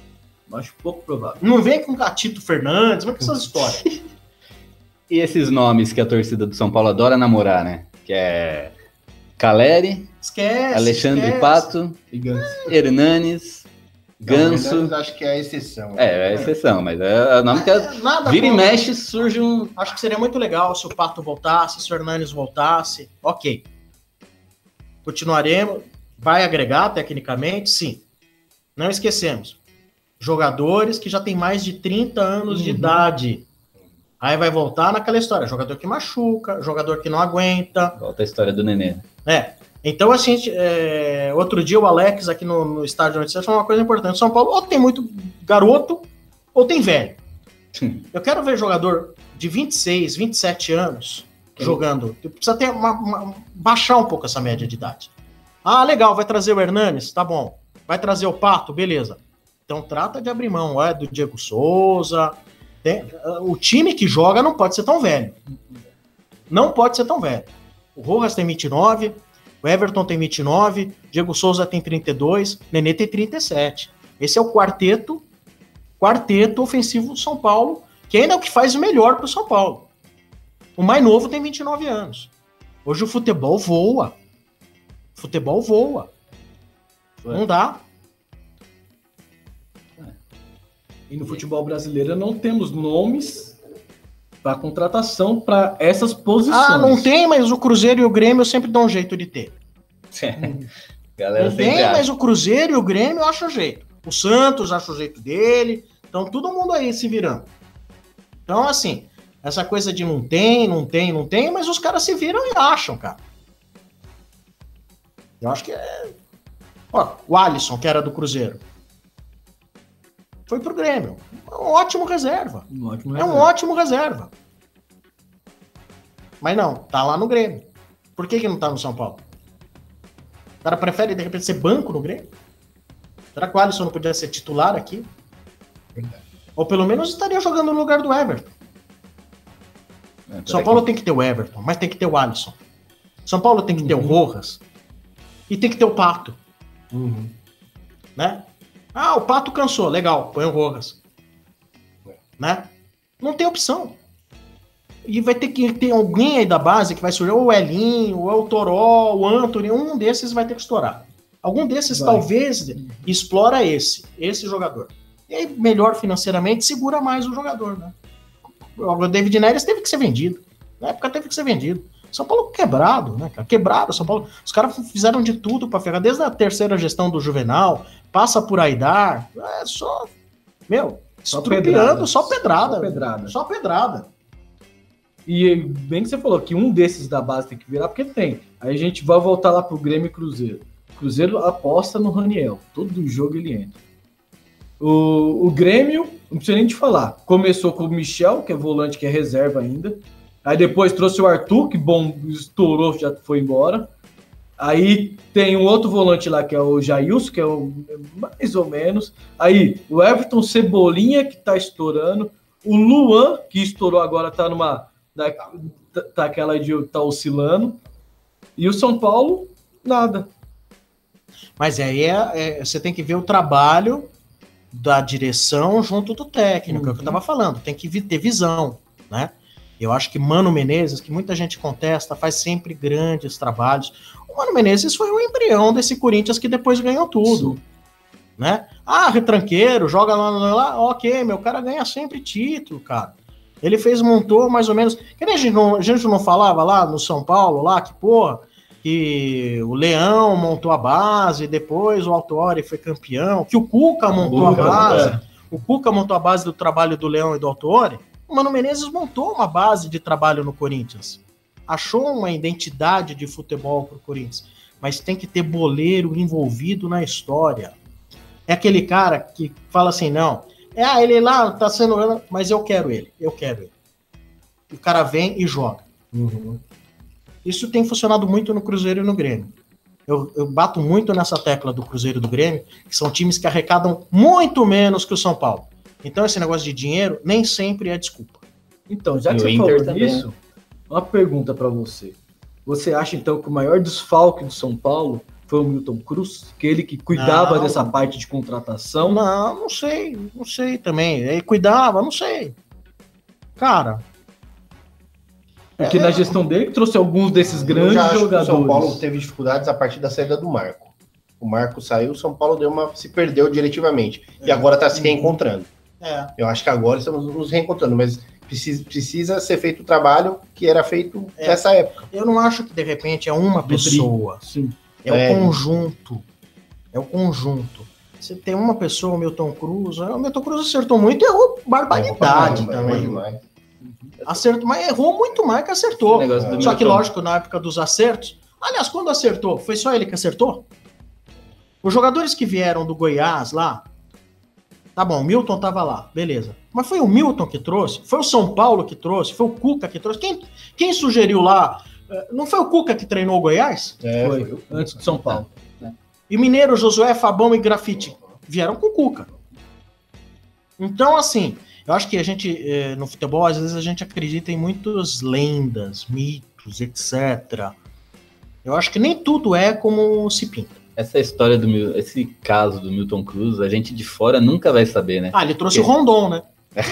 Não vem com Gatito Fernandes, mas com essas histórias. E esses nomes que a torcida do São Paulo adora namorar, né? Que é Caleri, Alexandre Pato, Hernanes, Ganso. Hernanes acho que é a exceção. É a exceção, mas é o nome que vira e mexe, surge um... Acho que seria muito legal se o Pato voltasse, se o Hernanes voltasse. Ok. Continuaremos. Vai agregar tecnicamente? Sim. Não esquecemos. Jogadores que já têm mais de 30 anos de idade. Aí vai voltar naquela história. Jogador que machuca, jogador que não aguenta. Volta a história do Nenê. Então, assim, outro dia o Alex aqui no estádio onde você falou uma coisa importante. São Paulo ou tem muito garoto ou tem velho. Eu quero ver jogador de 26, 27 anos jogando. Precisa ter baixar um pouco essa média de idade. Ah, legal, vai trazer o Hernanes? Tá bom. Vai trazer o Pato? Beleza. Então trata de abrir mão do Diego Souza. O time que joga não pode ser tão velho. Não pode ser tão velho. O Rojas tem 29, o Everton tem 29, Diego Souza tem 32, Nenê tem 37. Esse é o quarteto ofensivo do São Paulo, que ainda é o que faz o melhor para o São Paulo. O mais novo tem 29 anos. Hoje o futebol voa. Não dá. E no futebol brasileiro não temos nomes para contratação para essas posições. Não tem, mas o Cruzeiro e o Grêmio sempre dão um jeito de ter. Galera não tem, mas o Cruzeiro e o Grêmio acham um jeito. O Santos acha o jeito dele. Então todo mundo aí se virando. Então, assim, essa coisa de não tem, mas os caras se viram e acham, cara. Eu acho que o Alisson, que era do Cruzeiro, foi pro Grêmio. É um ótimo reserva. Um ótimo reserva. Mas não, tá lá no Grêmio. Por que não tá no São Paulo? O cara prefere, de repente, ser banco no Grêmio? Será que o Alisson não podia ser titular aqui? Verdade. Ou pelo menos estaria jogando no lugar do Everton. São Paulo tem que ter o Everton, mas tem que ter o Alisson. São Paulo tem que ter o Rojas e tem que ter o Pato. Né? Ah, o Pato cansou, legal, põe o Rojas. Né? Não tem opção. E vai ter que ter alguém aí da base que vai surgir, ou o Elinho, ou o Toró, o Antony, um desses vai ter que estourar. Algum desses talvez explora esse jogador. E aí, melhor financeiramente, segura mais o jogador, né? O David Neres teve que ser vendido. Na época teve que ser vendido. São Paulo quebrado, né, cara? Quebrado, São Paulo. Os caras fizeram de tudo pra ferrar. Desde a terceira gestão do Juvenal, passa por Aidar, é só... Meu, só pedrada. Só pedrada. E bem que você falou que um desses da base tem que virar, porque tem. Aí a gente vai voltar lá pro Grêmio e Cruzeiro. Cruzeiro aposta no Raniel. Todo jogo ele entra. O Grêmio, não precisa nem te falar. Começou com o Michel, que é volante, que é reserva ainda. Aí depois trouxe o Arthur, que bom, estourou, já foi embora. Aí tem um outro volante lá, que é o Jailson, que é o mais ou menos. Aí o Everton Cebolinha, que tá estourando. O Luan, que estourou agora, tá numa... Tá aquela de tá oscilando. E o São Paulo, nada. Mas aí você tem que ver o trabalho da direção junto do técnico, é o que eu tava falando. Tem que ter visão, né? Eu acho que Mano Menezes, que muita gente contesta, faz sempre grandes trabalhos. O Mano Menezes foi o embrião desse Corinthians que depois ganhou tudo. Né? Ah, retranqueiro, joga lá, ok, meu cara ganha sempre título, cara. Ele montou mais ou menos... Que nem a gente não falava lá no São Paulo, lá, que o Leão montou a base, depois o Autori foi campeão, que o Cuca montou a base. O Cuca montou a base do trabalho do Leão e do Autori. O Mano Menezes montou uma base de trabalho no Corinthians. Achou uma identidade de futebol pro Corinthians. Mas tem que ter boleiro envolvido na história. É aquele cara que fala assim, não, ele lá tá sendo... Mas eu quero ele. O cara vem e joga. Isso tem funcionado muito no Cruzeiro e no Grêmio. Eu bato muito nessa tecla do Cruzeiro e do Grêmio, que são times que arrecadam muito menos que o São Paulo. Então esse negócio de dinheiro nem sempre é desculpa. Então, já que você falou disso, uma pergunta para você. Você acha então que o maior desfalque do São Paulo foi o Milton Cruz? Que ele que cuidava dessa parte de contratação? Não sei também. Ele cuidava, não sei. Cara... Porque na gestão dele trouxe alguns desses grandes jogadores. O São Paulo teve dificuldades a partir da saída do Marco. O Marco saiu, o São Paulo se perdeu diretivamente. E agora está se reencontrando. Eu acho que agora estamos nos reencontrando, mas precisa ser feito o trabalho que era feito nessa época. Eu não acho que de repente é uma pessoa. Sim. É o conjunto. É o conjunto. Você tem uma pessoa, o Milton Cruz. O Milton Cruz acertou muito e errou barbaridade também. Acertou, mas errou muito mais que acertou. Só que, lógico, na época dos acertos... Aliás, quando acertou, foi só ele que acertou? Os jogadores que vieram do Goiás lá... Tá bom, o Milton tava lá, beleza. Mas foi o Milton que trouxe? Foi o São Paulo que trouxe? Foi o Cuca que trouxe? Quem sugeriu lá? Não foi o Cuca que treinou o Goiás? Foi, antes do São Paulo. E Mineiro, Josué, Fabão e Grafite vieram com o Cuca. Então, assim... Eu acho que a gente, no futebol, às vezes a gente acredita em muitas lendas, mitos, etc. Eu acho que nem tudo é como se pinta. Essa história esse caso do Milton Cruz, a gente de fora nunca vai saber, né? Ele trouxe o Rondon, né?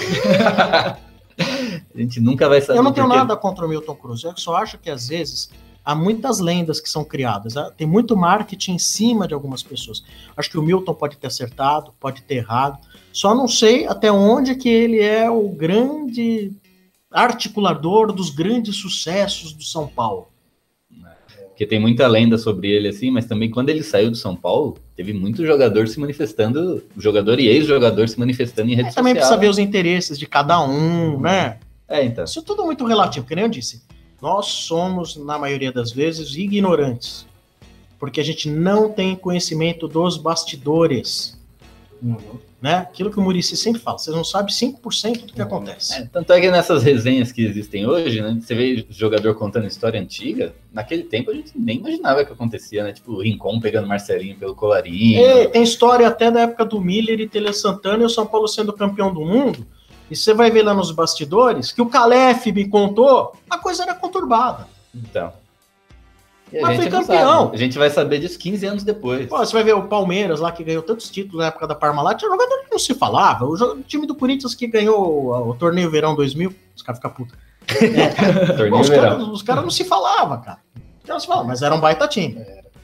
A gente nunca vai saber. Eu não tenho nada contra o Milton Cruz, eu só acho que às vezes há muitas lendas que são criadas, tem muito marketing em cima de algumas pessoas. Acho que o Milton pode ter acertado, pode ter errado, só não sei até onde que ele é o grande articulador dos grandes sucessos do São Paulo. Porque tem muita lenda sobre ele, assim, mas também quando ele saiu do São Paulo, teve muito jogador se manifestando, jogador e ex-jogador se manifestando em rede social. Também precisa ver os interesses de cada um, né? Então. Isso é tudo muito relativo, que nem eu disse. Nós somos, na maioria das vezes, ignorantes. Porque a gente não tem conhecimento dos bastidores. Né? Aquilo que o Muricy sempre fala, vocês não sabem 5% do que acontece. Tanto é que nessas resenhas que existem hoje, né? Você vê jogador contando história antiga, naquele tempo a gente nem imaginava que acontecia, né? Tipo, o Rincon pegando Marcelinho pelo colarinho. Tem história até da época do Miller e Tele Santana e o São Paulo sendo campeão do mundo. E você vai ver lá nos bastidores que o Calef me contou, a coisa era conturbada. Então. E Mas foi não campeão. sabe. A gente vai saber disso 15 anos depois. Pô, você vai ver o Palmeiras lá, que ganhou tantos títulos na época da Parmalat, tinha jogador que não se falava. O time do Corinthians que ganhou o torneio Verão 2000, os caras ficam putos. Torneio Verão. Os caras não se falavam, cara. Não se falava, mas era um baita time.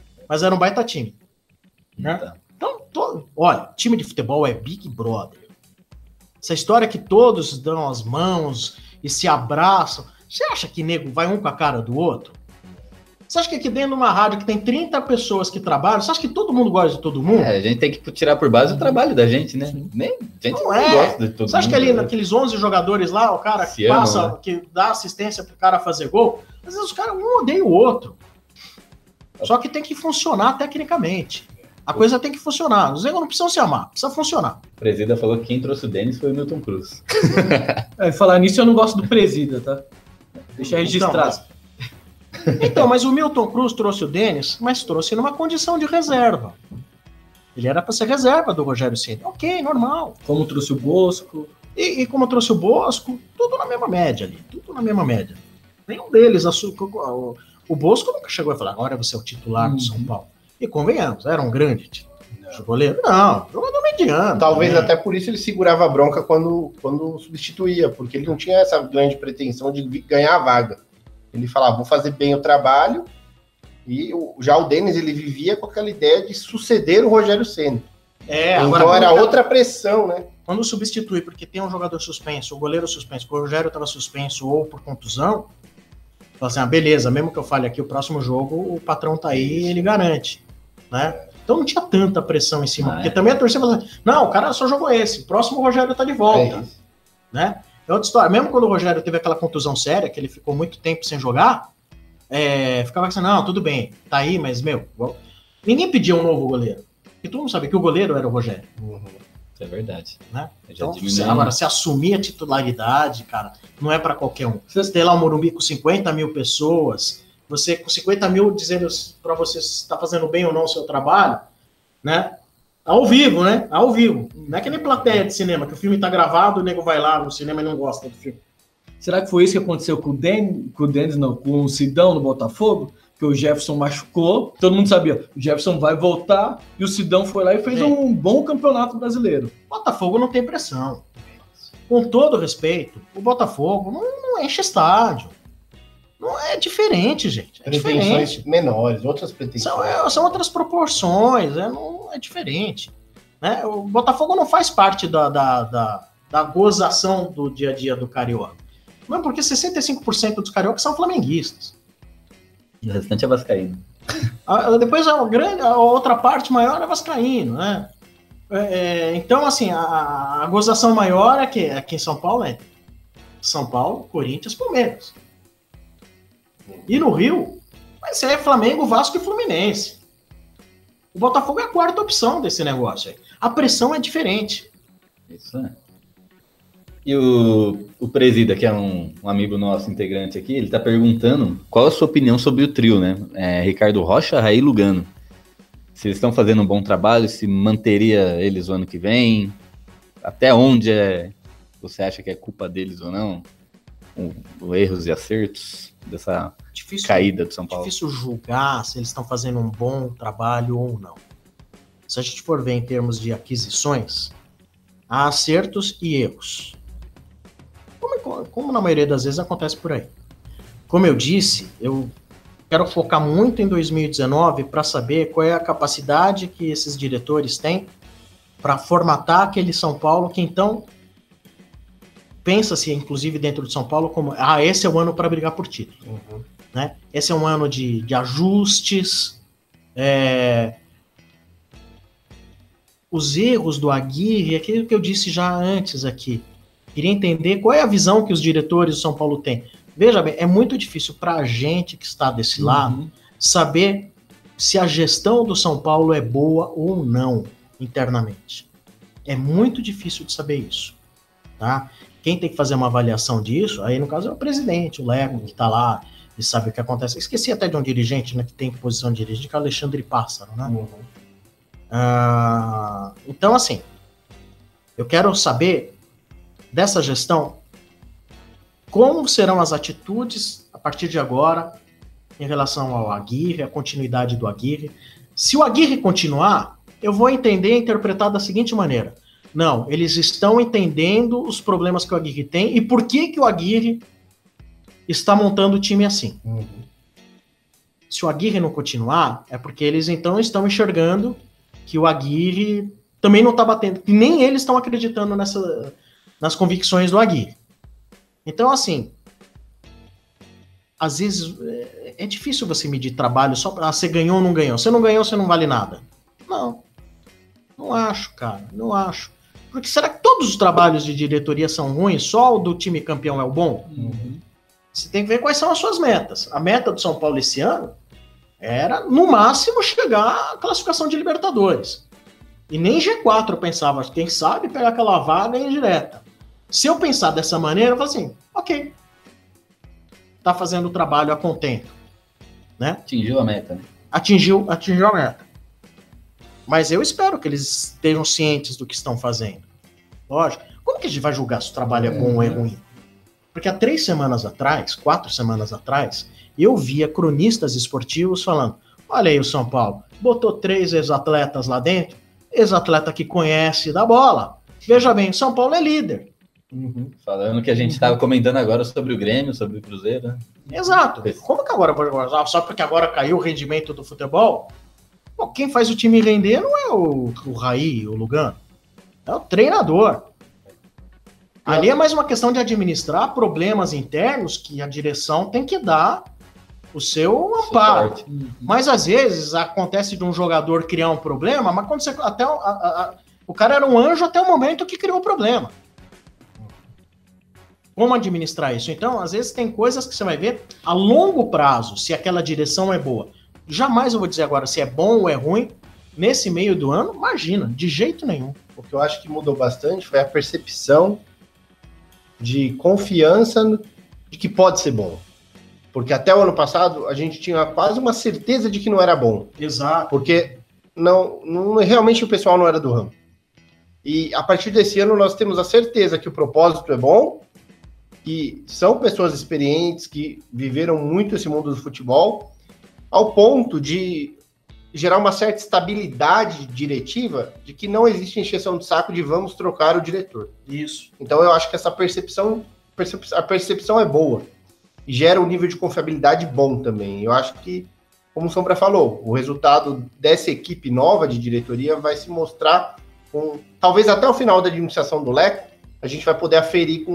Né? Então, olha, time de futebol é Big Brother. Essa história que todos dão as mãos e se abraçam. Você acha que nego vai um com a cara do outro? Você acha que aqui dentro de uma rádio que tem 30 pessoas que trabalham, você acha que todo mundo gosta de todo mundo? A gente tem que tirar por base o trabalho da gente, né? Nem, a gente não gosta de todo mundo. Você acha que ali naqueles 11 jogadores lá, o cara que passa, né? Que dá assistência pro cara fazer gol, às vezes os caras um odeia o outro. Só que tem que funcionar tecnicamente. A coisa tem que funcionar. Os negros não precisam se amar, precisa funcionar. O Presida falou que quem trouxe o Denis foi o Milton Cruz. Falar nisso, eu não gosto do Presida, tá? Deixa registrado. Então, mas o Milton Cruz trouxe o Denis, mas trouxe numa condição de reserva. Ele era para ser reserva do Rogério Ceni. Ok, normal. Como trouxe o Bosco. E como trouxe o Bosco, tudo na mesma média ali. Tudo na mesma média. Nenhum deles, o Bosco nunca chegou a falar, agora você é o titular do São Paulo. E convenhamos, era um grande goleiro? Não, jogador mediano. Talvez até por isso ele segurava a bronca quando substituía, porque ele não tinha essa grande pretensão de ganhar a vaga. Ele falava, vou fazer bem o trabalho, e já o Denis, ele vivia com aquela ideia de suceder o Rogério Ceni. Então era outra pressão, né? Quando substitui, porque tem um jogador suspenso, o goleiro suspenso, o Rogério estava suspenso ou por contusão, fala assim, beleza, mesmo que eu fale aqui, o próximo jogo, o patrão tá aí, ele garante, né? Então não tinha tanta pressão em cima, porque também a torcida fala assim, não, o cara só jogou esse, o próximo o Rogério tá de volta, né? É outra história, mesmo quando o Rogério teve aquela contusão séria, que ele ficou muito tempo sem jogar, ficava assim, não, tudo bem, tá aí, mas, ninguém pedia um novo goleiro, porque todo mundo sabe que o goleiro era o Rogério. Isso é verdade. Né? Então, agora, se assumir a titularidade, cara, não é para qualquer um. Você tem lá o Morumbi com 50 mil pessoas, você com 50 mil dizendo para você se está fazendo bem ou não o seu trabalho, né? Ao vivo, né? Ao vivo. Não é que nem plateia de cinema, que o filme tá gravado, o nego vai lá no cinema e não gosta do filme. Será que foi isso que aconteceu com o Sidão no Botafogo? Que o Jefferson machucou, todo mundo sabia, o Jefferson vai voltar, e o Sidão foi lá e fez um bom campeonato brasileiro. O Botafogo não tem pressão. Com todo respeito, o Botafogo não enche estádio. Não é diferente, gente. É pretensões menores, outras pretensões. São outras proporções, é diferente. Né? O Botafogo não faz parte da gozação do dia a dia do carioca. Não, porque 65% dos cariocas são flamenguistas. O restante é vascaíno. Depois a outra parte maior é vascaíno, né? Então, assim, a gozação maior é que aqui em São Paulo é São Paulo, Corinthians, Palmeiras. E no Rio vai ser Flamengo, Vasco e Fluminense. O Botafogo é a quarta opção desse negócio aí. A pressão é diferente. Isso é. E o Presida, que é um amigo nosso integrante aqui, ele tá perguntando qual a sua opinião sobre o trio, né? Ricardo Rocha, Raí e Lugano. Se eles estão fazendo um bom trabalho, se manteria eles o ano que vem, até onde você acha que é culpa deles ou não? Erros e acertos dessa caída do São Paulo. É difícil julgar se eles estão fazendo um bom trabalho ou não. Se a gente for ver em termos de aquisições, há acertos e erros. Como na maioria das vezes acontece por aí. Como eu disse, eu quero focar muito em 2019 para saber qual é a capacidade que esses diretores têm para formatar aquele São Paulo que então pensa-se, inclusive dentro de São Paulo, como esse é o ano para brigar por título. Né? Esse é um ano de ajustes. Os erros do Aguirre, aquilo que eu disse já antes aqui. Queria entender qual é a visão que os diretores do São Paulo têm. Veja bem, é muito difícil para a gente que está desse lado saber se a gestão do São Paulo é boa ou não internamente. É muito difícil de saber isso. Tá? Quem tem que fazer uma avaliação disso, aí no caso é o presidente, o Leco, que está lá e sabe o que acontece. Esqueci até de um dirigente, né, que tem posição de dirigente, que é o Alexandre Pássaro. Né? Então, assim, eu quero saber dessa gestão, como serão as atitudes a partir de agora em relação ao Aguirre, a continuidade do Aguirre. Se o Aguirre continuar, eu vou entender e interpretar da seguinte maneira. Não, eles estão entendendo os problemas que o Aguirre tem e por que o Aguirre está montando o time assim. Se o Aguirre não continuar, é porque eles então estão enxergando que o Aguirre também não está batendo, que nem eles estão acreditando nas convicções do Aguirre. Então, assim, às vezes é difícil você medir trabalho só para você ganhou ou não ganhou. Se não ganhou, você não vale nada. Não acho, cara, não acho. Porque será que todos os trabalhos de diretoria são ruins? Só o do time campeão é o bom? Você tem que ver quais são as suas metas. A meta do São Paulo esse ano era, no máximo, chegar à classificação de Libertadores. E nem G4 eu pensava, quem sabe pegar aquela vaga indireta. Se eu pensar dessa maneira, eu falo assim, ok. Tá fazendo o trabalho a contento. Né? Atingiu a meta, né? Atingiu a meta. Mas eu espero que eles estejam cientes do que estão fazendo. Lógico. Como que a gente vai julgar se o trabalho é bom ou é ruim? Porque há 4 semanas atrás, eu via cronistas esportivos falando, olha aí o São Paulo, botou 3 ex-atletas lá dentro, ex-atleta que conhece da bola. Veja bem, São Paulo é líder. Falando que a gente estava comentando agora sobre o Grêmio, sobre o Cruzeiro, né? Exato. Como que agora, só porque agora caiu o rendimento do futebol? Bom, quem faz o time render não é o Raí, o Lugano, é o treinador. Ali é mais uma questão de administrar problemas internos que a direção tem que dar o seu amparo. Mas às vezes acontece de um jogador criar um problema, mas quando você o cara era um anjo até o momento que criou o problema. Como administrar isso? Então, às vezes tem coisas que você vai ver a longo prazo, se aquela direção é boa. Jamais eu vou dizer agora se é bom ou é ruim. Nesse meio do ano, imagina, de jeito nenhum. O que eu acho que mudou bastante foi a percepção de confiança de que pode ser bom. Porque até o ano passado, a gente tinha quase uma certeza de que não era bom. Exato. Porque realmente o pessoal não era do ramo. E a partir desse ano, nós temos a certeza que o propósito é bom, que são pessoas experientes, que viveram muito esse mundo do futebol, ao ponto de gerar uma certa estabilidade diretiva de que não existe encheção de saco de vamos trocar o diretor. Isso. Então eu acho que essa percepção é boa e gera um nível de confiabilidade bom também. Eu acho que, como o Sombra falou, o resultado dessa equipe nova de diretoria vai se mostrar talvez até o final da administração do Leco, a gente vai poder aferir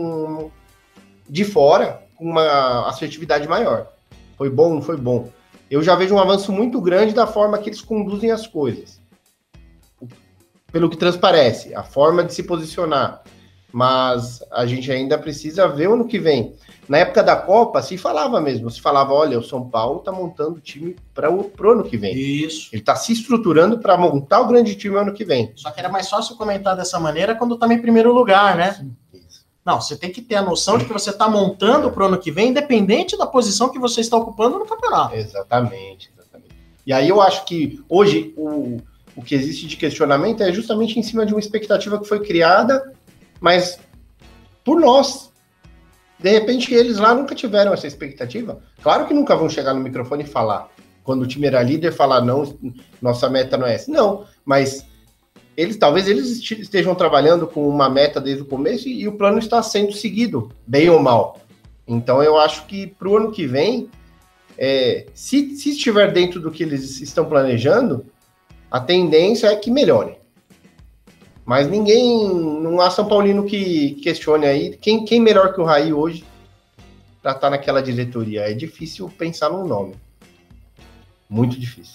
de fora com uma assertividade maior. Foi bom, não foi bom? Eu já vejo um avanço muito grande da forma que eles conduzem as coisas. Pelo que transparece, a forma de se posicionar. Mas a gente ainda precisa ver o ano que vem. Na época da Copa, se falava, olha, o São Paulo está montando o time para o ano que vem. Isso. Ele está se estruturando para montar o grande time ano que vem. Só que era mais fácil comentar dessa maneira quando está em primeiro lugar, né? Isso. Não, você tem que ter a noção de que você está montando para o ano que vem, independente da posição que você está ocupando no campeonato. Exatamente. E aí eu acho que hoje o que existe de questionamento é justamente em cima de uma expectativa que foi criada, mas por nós. De repente, eles lá nunca tiveram essa expectativa. Claro que nunca vão chegar no microfone e falar. Quando o time era líder, falar, não, nossa meta não é essa. Não, mas talvez eles estejam trabalhando com uma meta desde o começo e o plano está sendo seguido, bem ou mal. Então, eu acho que para o ano que vem, se estiver dentro do que eles estão planejando, a tendência é que melhore. Mas não há São Paulino que questione aí quem melhor que o Raí hoje para estar naquela diretoria. É difícil pensar num nome. Muito difícil.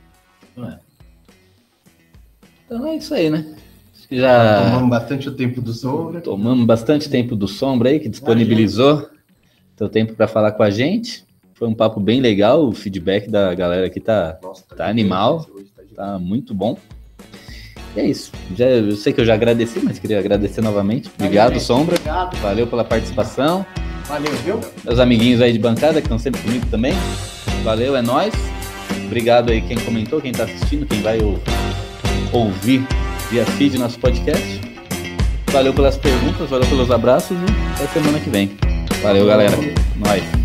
Então é isso aí, né? Acho que já tomamos bastante o tempo do Sombra. Tomamos bastante tempo do Sombra aí, que disponibilizou seu tempo para falar com a gente. Foi um papo bem legal, o feedback da galera aqui tá animal, tá muito bom. E é isso. Eu sei que eu já agradeci, mas queria agradecer novamente. Obrigado, Sombra. Obrigado. Valeu pela participação. Valeu, viu? Meus amiguinhos aí de bancada, que estão sempre comigo também. Valeu, é nóis. Obrigado aí quem comentou, quem tá assistindo, quem vai ouvir via feed nosso podcast. Valeu pelas perguntas, valeu pelos abraços e até semana que vem. Valeu, galera. Nós.